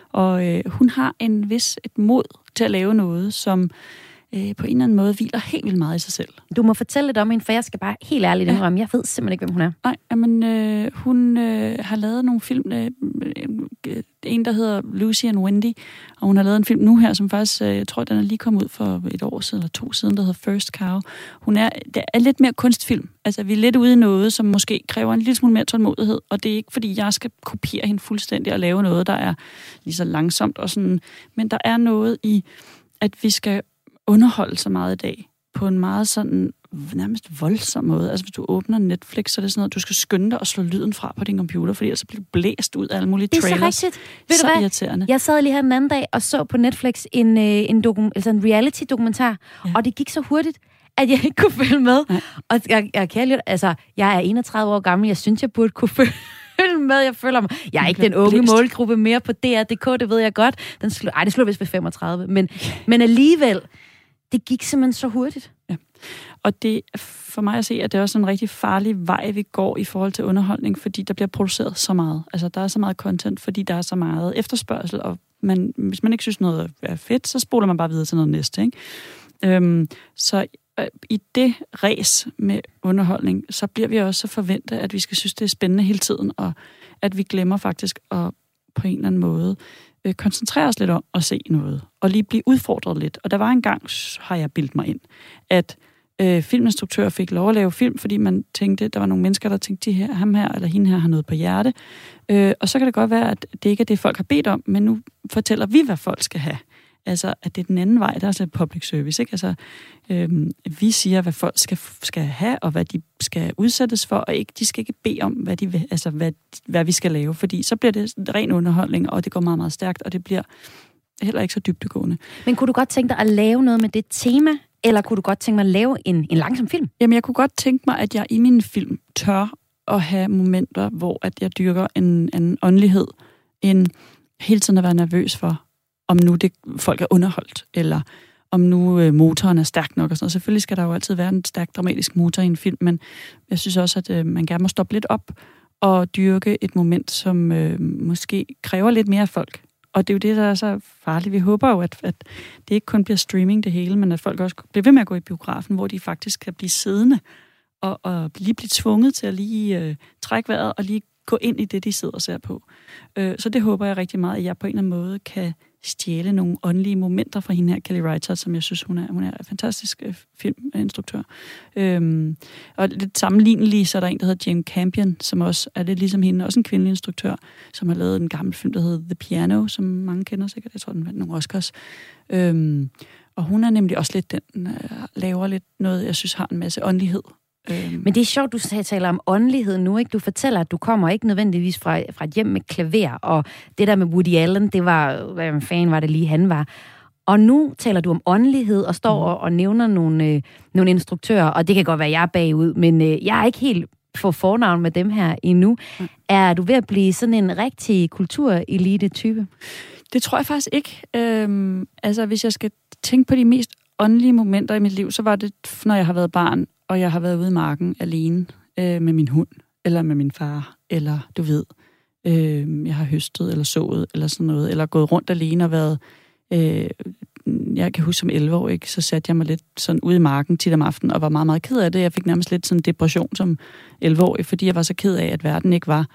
Og øh, hun har en vis et mod til at lave noget, som øh, på en eller anden måde hviler helt vildt meget i sig selv. Du må fortælle lidt om hende, for jeg skal bare helt ærligt indrømme, ja. Jeg ved simpelthen ikke, hvem hun er. Nej, men øh, hun øh, har lavet nogle film, øh, øh, en der hedder Lucy and Wendy, og hun har lavet en film nu her, som faktisk, øh, jeg tror, den er lige kommet ud for et år siden, eller to siden, der hedder First Cow. Hun er, det er lidt mere kunstfilm. Altså, vi er lidt ude i noget, som måske kræver en lille smule mere tålmodighed, og det er ikke, fordi jeg skal kopiere hende fuldstændig og lave noget, der er lige så langsomt og sådan, men der er noget i, at vi skal underholde så meget i dag, på en meget sådan nærmest voldsom måde. Altså, hvis du åbner Netflix, så er det sådan noget, du skal skynde dig og slå lyden fra på din computer, fordi ellers bliver du blæst ud af alle mulige trailers. Det er så rigtigt. Ved så du hvad? Irriterende. Jeg sad lige her den anden dag og så på Netflix en, en, dokum, altså en reality-dokumentar, ja. Og det gik så hurtigt, at jeg ikke kunne følge med. Ja. Og jeg, jeg kan lidt, altså, jeg er enogtredive år gammel, jeg synes, jeg burde kunne følge med. Jeg føler mig, jeg er ikke den unge blæst. Målgruppe mere på D R punktum D K, det ved jeg godt. Den slu, ej, det slutter vist ved femogtredive, men, men alligevel, det gik simpelthen så hurtigt. Ja. Og det for mig at se, at det er også en rigtig farlig vej, vi går i forhold til underholdning, fordi der bliver produceret så meget. Altså, der er så meget content, fordi der er så meget efterspørgsel, og man, hvis man ikke synes noget er fedt, så spoler man bare videre til noget næste, ikke? Øhm, så øh, i det ræs med underholdning, så bliver vi også så forventet, at vi skal synes, det er spændende hele tiden, og at vi glemmer faktisk at på en eller anden måde øh, koncentrere os lidt om at se noget, og lige blive udfordret lidt. Og der var engang, har jeg bildt mig ind, at øh, filminstruktører fik lov at lave film, fordi man tænkte, der var nogle mennesker, der tænkte, de her, ham her eller hende her har noget på hjerte. Øh, og så kan det godt være, at det ikke er det, folk har bedt om, men nu fortæller vi, hvad folk skal have. Altså, at det er den anden vej, der er også lidt public service, ikke? Altså, øhm, vi siger, hvad folk skal, skal have, og hvad de skal udsættes for, og ikke, de skal ikke bede om, hvad, de vil, altså, hvad, hvad vi skal lave, fordi så bliver det ren underholdning, og det går meget, meget stærkt, og det bliver heller ikke så dybdegående. Men kunne du godt tænke dig at lave noget med det tema, eller kunne du godt tænke mig at lave en, en langsom film? Jamen, jeg kunne godt tænke mig, at jeg i min film tør at have momenter, hvor at jeg dyrker en, en åndelighed, en hele tiden at være nervøs for, om nu det, folk er underholdt, eller om nu øh, motoren er stærk nok og sådan noget. Selvfølgelig skal der jo altid være en stærk dramatisk motor i en film, men jeg synes også, at øh, man gerne må stoppe lidt op og dyrke et moment, som øh, måske kræver lidt mere af folk. Og det er jo det, der er så farligt. Vi håber jo, at, at det ikke kun bliver streaming det hele, men at folk også bliver ved med at gå i biografen, hvor de faktisk kan blive siddende og, og lige blive tvunget til at lige øh, trække vejret og lige gå ind i det, de sidder og ser på. Øh, så det håber jeg rigtig meget, at jeg på en eller anden måde kan stjæle nogle åndelige momenter fra hende her, Kelly Reichardt, som jeg synes, hun er, hun er en fantastisk øh, filminstruktør. Øhm, og lidt sammenligneligt, så er der en, der hedder Jane Campion, som også er lidt ligesom hende, også en kvindelig instruktør, som har lavet en gammel film, der hedder The Piano, som mange kender sikkert. Jeg tror, den vandt nogle Oscars. Øhm, og hun er nemlig også lidt den, øh, laver lidt noget, jeg synes har en masse åndelighed. Men det er sjovt, du taler om åndelighed nu, ikke? Du fortæller, at du kommer ikke nødvendigvis fra, fra et hjem med klaver, og det der med Woody Allen, det var, hvad fanden var det lige, han var. Og nu taler du om åndelighed, og står og, og nævner nogle, øh, nogle instruktører, og det kan godt være, jeg er bagud, men øh, jeg er ikke helt for fornavn med dem her endnu. Mm. Er du ved at blive sådan en rigtig kulturelite-type? Det tror jeg faktisk ikke. Øhm, altså, hvis jeg skal tænke på de mest åndelige momenter i mit liv, så var det, når jeg har været barn, og jeg har været ude i marken alene øh, med min hund, eller med min far, eller du ved, øh, jeg har høstet, eller sået, eller sådan noget, eller gået rundt alene og været, øh, jeg kan huske som elleve-årig, så satte jeg mig lidt sådan ude i marken tit om aftenen, og var meget, meget ked af det. Jeg fik nærmest lidt sådan en depression som elleve-årig, fordi jeg var så ked af, at verden ikke var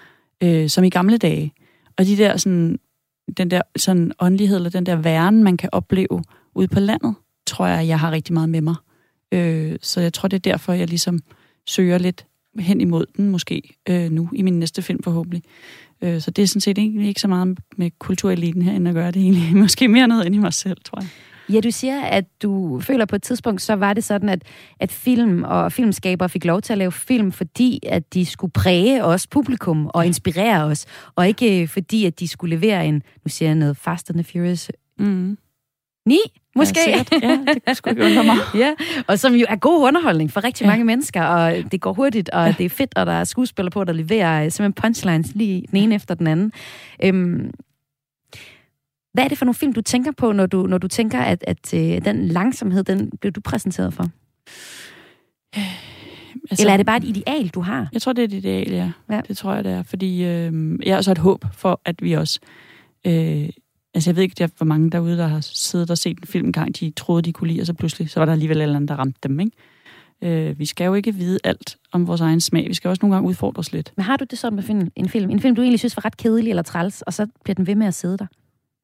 øh, som i gamle dage. Og de der sådan, den der sådan åndelighed, eller den der væren, man kan opleve ude på landet, tror jeg, jeg har rigtig meget med mig. Øh, så jeg tror, det er derfor, jeg ligesom søger lidt hen imod den, måske øh, nu, i min næste film forhåbentlig. Øh, så det er sådan set egentlig ikke så meget med kultureliten herinde at gøre, det egentlig måske mere noget ind i mig selv, tror jeg. Ja, du siger, at du føler på et tidspunkt, så var det sådan, at, at film og filmskabere fik lov til at lave film, fordi at de skulle præge os publikum og inspirere os, og ikke fordi, at de skulle levere en, nu siger jeg noget, Fast and the Furious mm. ni, måske? Ja, ja, det skulle ikke undre mig. Ja, og som jo er god underholdning for rigtig ja. mange mennesker, og det går hurtigt, og ja. det er fedt, og der er skuespillere på, der leverer simpelthen punchlines lige den ene efter den anden. Øhm, Hvad er det for nogle film, du tænker på, når du, når du tænker, at, at øh, den langsomhed, den bliver du præsenteret for? Øh, altså, Eller er det bare et ideal, du har? Jeg tror, det er et ideal, ja. ja. Det tror jeg, det er. Fordi øh, jeg har også et håb for, at vi også... Øh, altså, jeg ved ikke, hvor mange derude, der har siddet og set en film en gang, de troede, de kunne lide, og så pludselig, så var der alligevel et eller andet, der ramte dem, ikke? Øh, vi skal jo ikke vide alt om vores egen smag. Vi skal også nogle gange udfordre os lidt. Men har du det sådan med film? En film, en film du egentlig synes var ret kedelig eller træls, og så bliver den ved med at sidde der?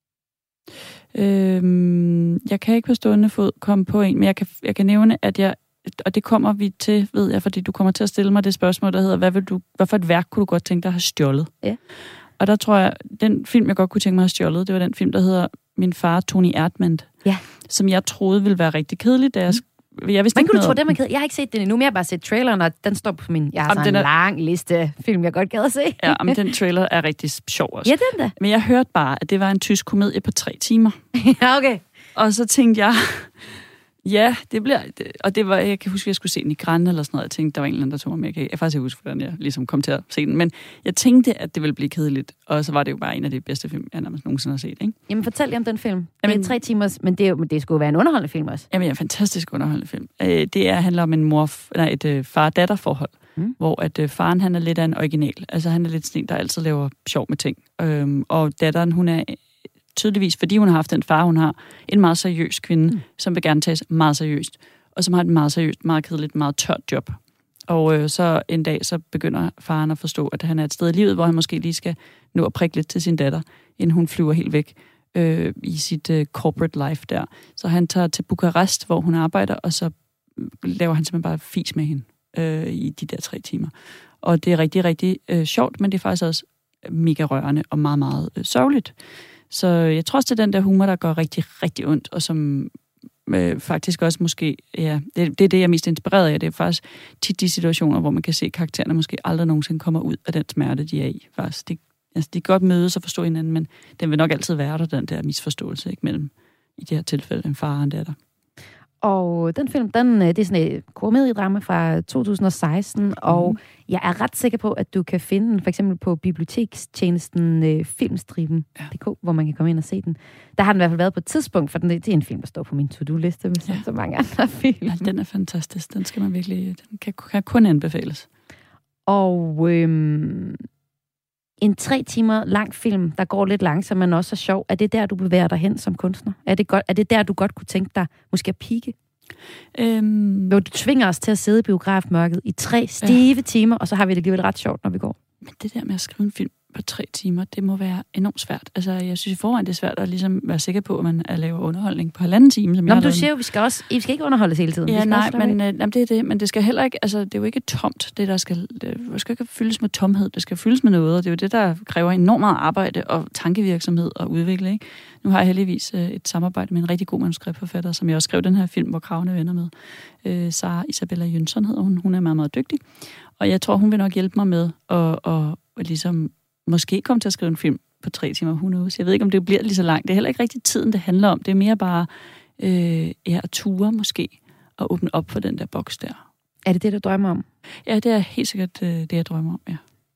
Øhm, jeg kan ikke på stående fod komme på en, men jeg kan, jeg kan nævne, at jeg, og det kommer vi til, ved jeg, fordi du kommer til at stille mig det spørgsmål, der hedder, hvad, vil du, hvad for et værk kunne du godt tænke dig at have stjålet? Ja. Og der tror jeg, den film, jeg godt kunne tænke mig at have stjålet, det var den film, der hedder Min far, Tony Erdmann, ja. som jeg troede ville være rigtig kedelig, da jeg mm. Jeg vidste ikke kunne du tro, det man kan... Jeg har ikke set den endnu, men jeg har bare set traileren, og den står på min... Jeg har sådan en er... lang liste film, jeg godt gad at se. Ja, men den trailer er rigtig sjov også. Ja, den da. Men jeg hørte bare, at det var en tysk komedie på tre timer. Ja, okay. Og så tænkte jeg... Ja, det bliver... Og det var... Jeg kan huske, at jeg skulle se den i Grande eller sådan noget. Jeg tænkte, der var en eller anden, der tog mig med. Jeg kan jeg faktisk ikke huske, hvordan jeg ligesom kom til at se den. Men jeg tænkte, at det ville blive kedeligt. Og så var det jo bare en af de bedste film, jeg nærmest nogensinde har set, ikke? Jamen, fortæl lige om den film. Jamen, det er tre timers, men det, er jo, det skulle være en underholdende film også. Jamen, det er en fantastisk underholdende film. Det er, handler om en mor... Nej, et øh, far-datter-forhold. Mm. Hvor at øh, faren, han er lidt af en original. Altså, han er lidt sådan en, der altid laver sjov med ting. Øhm, og datteren, hun er... tydeligvis, fordi hun har haft den far, hun har en meget seriøs kvinde, mm. som vil gerne tages meget seriøst, og som har et meget seriøst, meget kedeligt, meget tørt job. Og øh, så en dag, så begynder faren at forstå, at han er et sted i livet, hvor han måske lige skal nå at prikke lidt til sin datter, inden hun flyver helt væk øh, i sit øh, corporate life der. Så han tager til Bukarest, hvor hun arbejder, og så laver han simpelthen bare fis med hende øh, i de der tre timer. Og det er rigtig, rigtig øh, sjovt, men det er faktisk også mega rørende og meget, meget øh, sørgeligt. Så jeg tror også, det er den der humor, der går rigtig, rigtig ondt, og som øh, faktisk også måske, ja, det, det er det, jeg er mest inspireret af. Det er faktisk tit de situationer, hvor man kan se, at karaktererne måske aldrig nogensinde kommer ud af den smerte, de er i. Faktisk. De, altså, de kan godt mødes og forstå hinanden, men den vil nok altid være der, den der misforståelse, ikke, mellem, i det her tilfælde, en far og en datter. Og den film, den, det er sådan et komediedrama fra to tusind og seksten, mm. og jeg er ret sikker på, at du kan finde den for eksempel på bibliotekstjenesten øh, Filmstriben punktum d k, ja. hvor man kan komme ind og se den. Der har den i hvert fald været på et tidspunkt, for den, det er en film, der står på min to-do-liste med ja. så mange andre film. Ja, den er fantastisk. Den skal man virkelig, den kan, kan kun anbefales. Og øhm, en tre timer lang film, der går lidt langsomt, men også er sjov. Er det der, du bevæger dig hen som kunstner? Er det, godt, er det der, du godt kunne tænke dig måske at pike? Øhm... Hvor du tvinger os til at sidde i biografmørket i tre stive ja. timer, og så har vi det alligevel ret sjovt, når vi går. Men det der med at skrive en film på tre timer, det må være enormt svært. Altså, jeg synes i forvejen, det er svært at ligesom være sikker på, at man laver underholdning på halvanden time. Som Nå, men du siger jo, vi skal også, vi skal ikke underholdes hele tiden. Ja, vi nej, men, øh, jamen, det er det. Men det skal heller ikke, altså, det er jo ikke tomt, det der skal, det skal ikke fyldes med tomhed, det skal fyldes med noget, og det er jo det, der kræver enormt meget arbejde og tankevirksomhed og udvikle, ikke? Nu har jeg heldigvis øh, et samarbejde med en rigtig god manuskriptforfatter, som jeg også skrev den her film, hvor Kravene venner med. Øh, Sara Isabella Jønsson hedder hun. Hun er meget, meget dygtig. Og jeg tror, hun vil nok hjælpe mig med at, at, at ligesom måske komme til at skrive en film på tre timer, who knows. Jeg ved ikke, om det bliver lige så langt. Det er heller ikke rigtig tiden, det handler om. Det er mere bare øh, ja, at ture måske og åbne op for den der boks der. Er det det, du drømmer om? Ja, det er helt sikkert øh, det, jeg drømmer om, ja.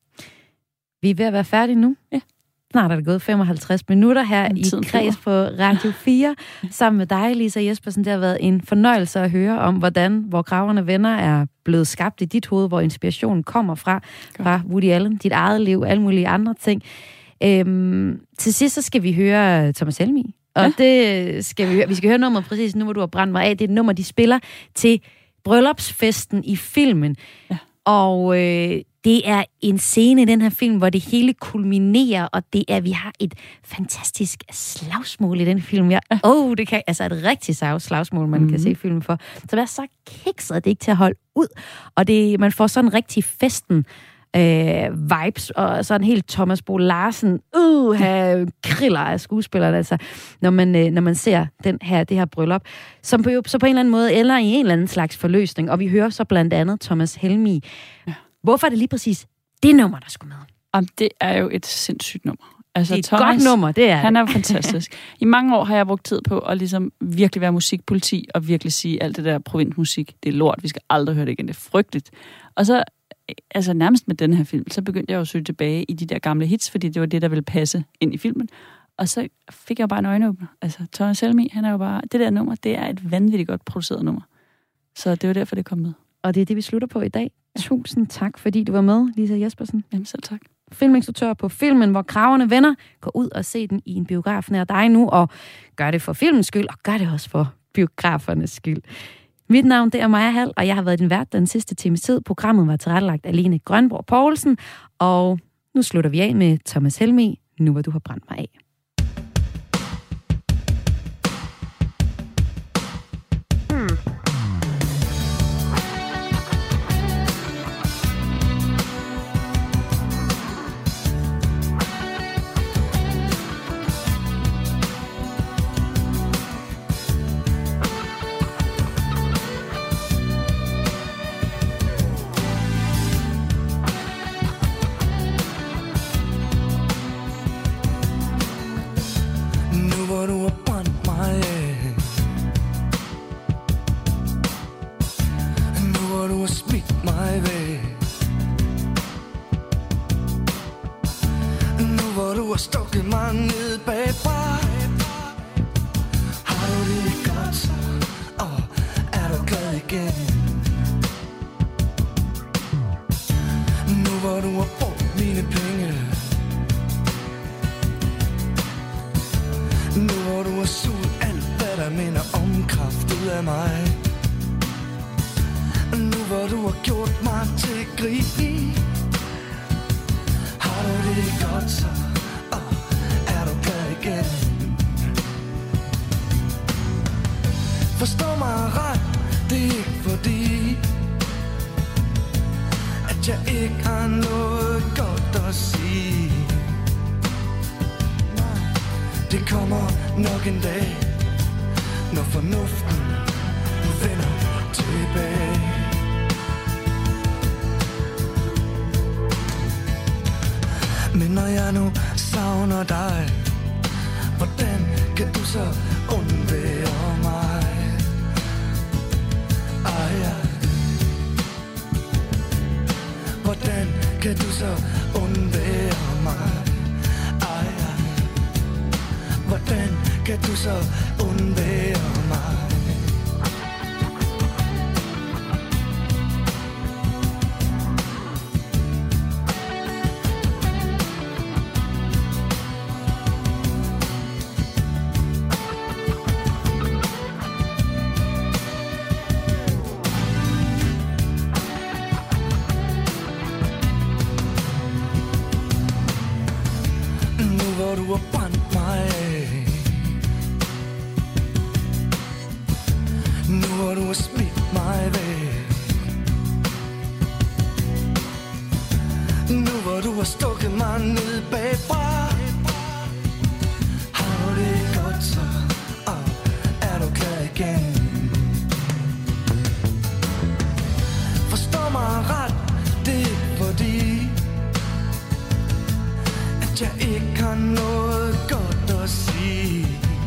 Vi er ved at være færdige nu. Ja. Snart er det gået femoghalvtreds minutter her i Kreds på Radio fire. Sammen med dig, Lisa Jespersen. Det har været en fornøjelse at høre om, hvordan Hvor Kravene venner er blevet skabt i dit hoved, hvor inspirationen kommer fra, fra Woody Allen, dit eget liv, alle mulige andre ting. Øhm, til sidst så skal vi høre Thomas Helmig. Og ja. det skal vi høre. Vi skal høre nummeret præcis nu, hvor du har brændt mig af. Det er et nummer, de spiller til bryllupsfesten i filmen. Ja. Og øh, Det er en scene i den her film, hvor det hele kulminerer, og det er, vi har et fantastisk slagsmål i den film. Ja, oh, det kan, altså et rigtigt slagsmål, man mm-hmm. kan se filmen for. Så er så kikset, at det ikke til at holde ud. Og det, man får sådan rigtig festen øh, vibes, og sådan helt Thomas Bo Larsen, uh, have kriller af skuespillere, altså, når man, øh, når man ser den her, det her bryllup, som på, så på en eller anden måde ender i en eller anden slags forløsning. Og vi hører så blandt andet Thomas Helmig. Ja. Hvorfor er det lige præcis det nummer, der skulle med? Jamen, det er jo et sindssygt nummer. Altså, det er et Thomas, godt nummer, det er Han er jo fantastisk. I mange år har jeg brugt tid på at ligesom virkelig være musikpoliti og virkelig sige, alt det der provinsmusik, det er lort, vi skal aldrig høre det igen, det er frygteligt. Og så, altså nærmest med den her film, så begyndte jeg jo at søge tilbage i de der gamle hits, fordi det var det, der ville passe ind i filmen. Og så fik jeg jo bare en øjenåbner. Altså, Thomas Helmig, han er jo bare, det der nummer, det er et vanvittigt godt produceret nummer. Så det var derfor, det kom med. Og det er det, vi slutter på i dag. Tusind tak, fordi du var med, Lisa Jespersen. Jamen selv tak. Filminstruktør på filmen, hvor Kragerne Vender. Gå ud og se den i en biograf nær dig nu, og gør det for filmens skyld, og gør det også for biografernes skyld. Mit navn, det er Maja Hall, og jeg har været din vært den sidste times tid. Programmet var tilrettelagt af Lene Grønborg Poulsen, og nu slutter vi af med Thomas Helmig, Nu hvor du har brændt mig af. Forstå mig ret, det er ikke fordi, at jeg ikke har noget godt at sige. Det kommer nok en dag, når fornuften vender tilbage. Men når jeg nu savner dig, hvordan kan du så undvære mig? Ej, ej. Hvordan kan du så undvære mig? Ej, ej. Hvordan kan du så undvære mig? Du har brændt mig af. Nu hvor du har smidt mig væk. Nu hvor du har stukket mig ned bagfra. Har du det godt så, og er du klar igen? Forstå mig ret, det er fordi, at jeg ikke har noget godt at sige.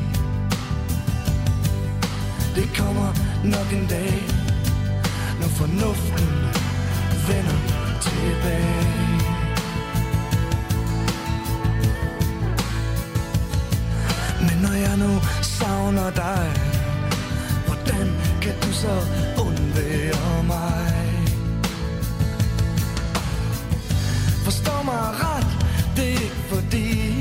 Det kommer nok en dag, når fornuften vender tilbage. Men når jeg nu savner dig, hvordan kan du så undvære mig? Forstå mig ret, det er ikke fordi,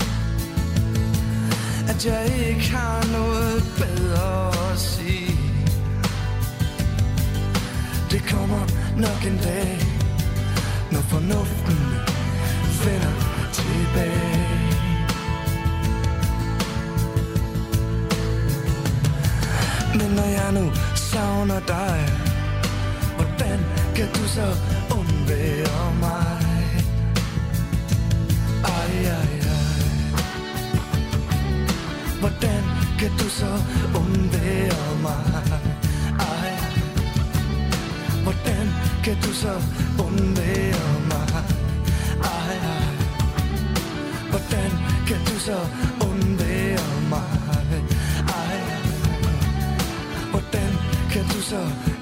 at jeg ikke har noget bedre at sige. Det kommer nok en dag, når fornuften finder tilbage. Men når jeg nu savner dig, hvordan kan du så undvære mig? Ej, ej, ej. Hvordan kan du så undvære mig? Ej, hvordan kan du så undvære mig? Ej, ej. Hvordan kan du så undvære mig? Ej, hvordan kan du så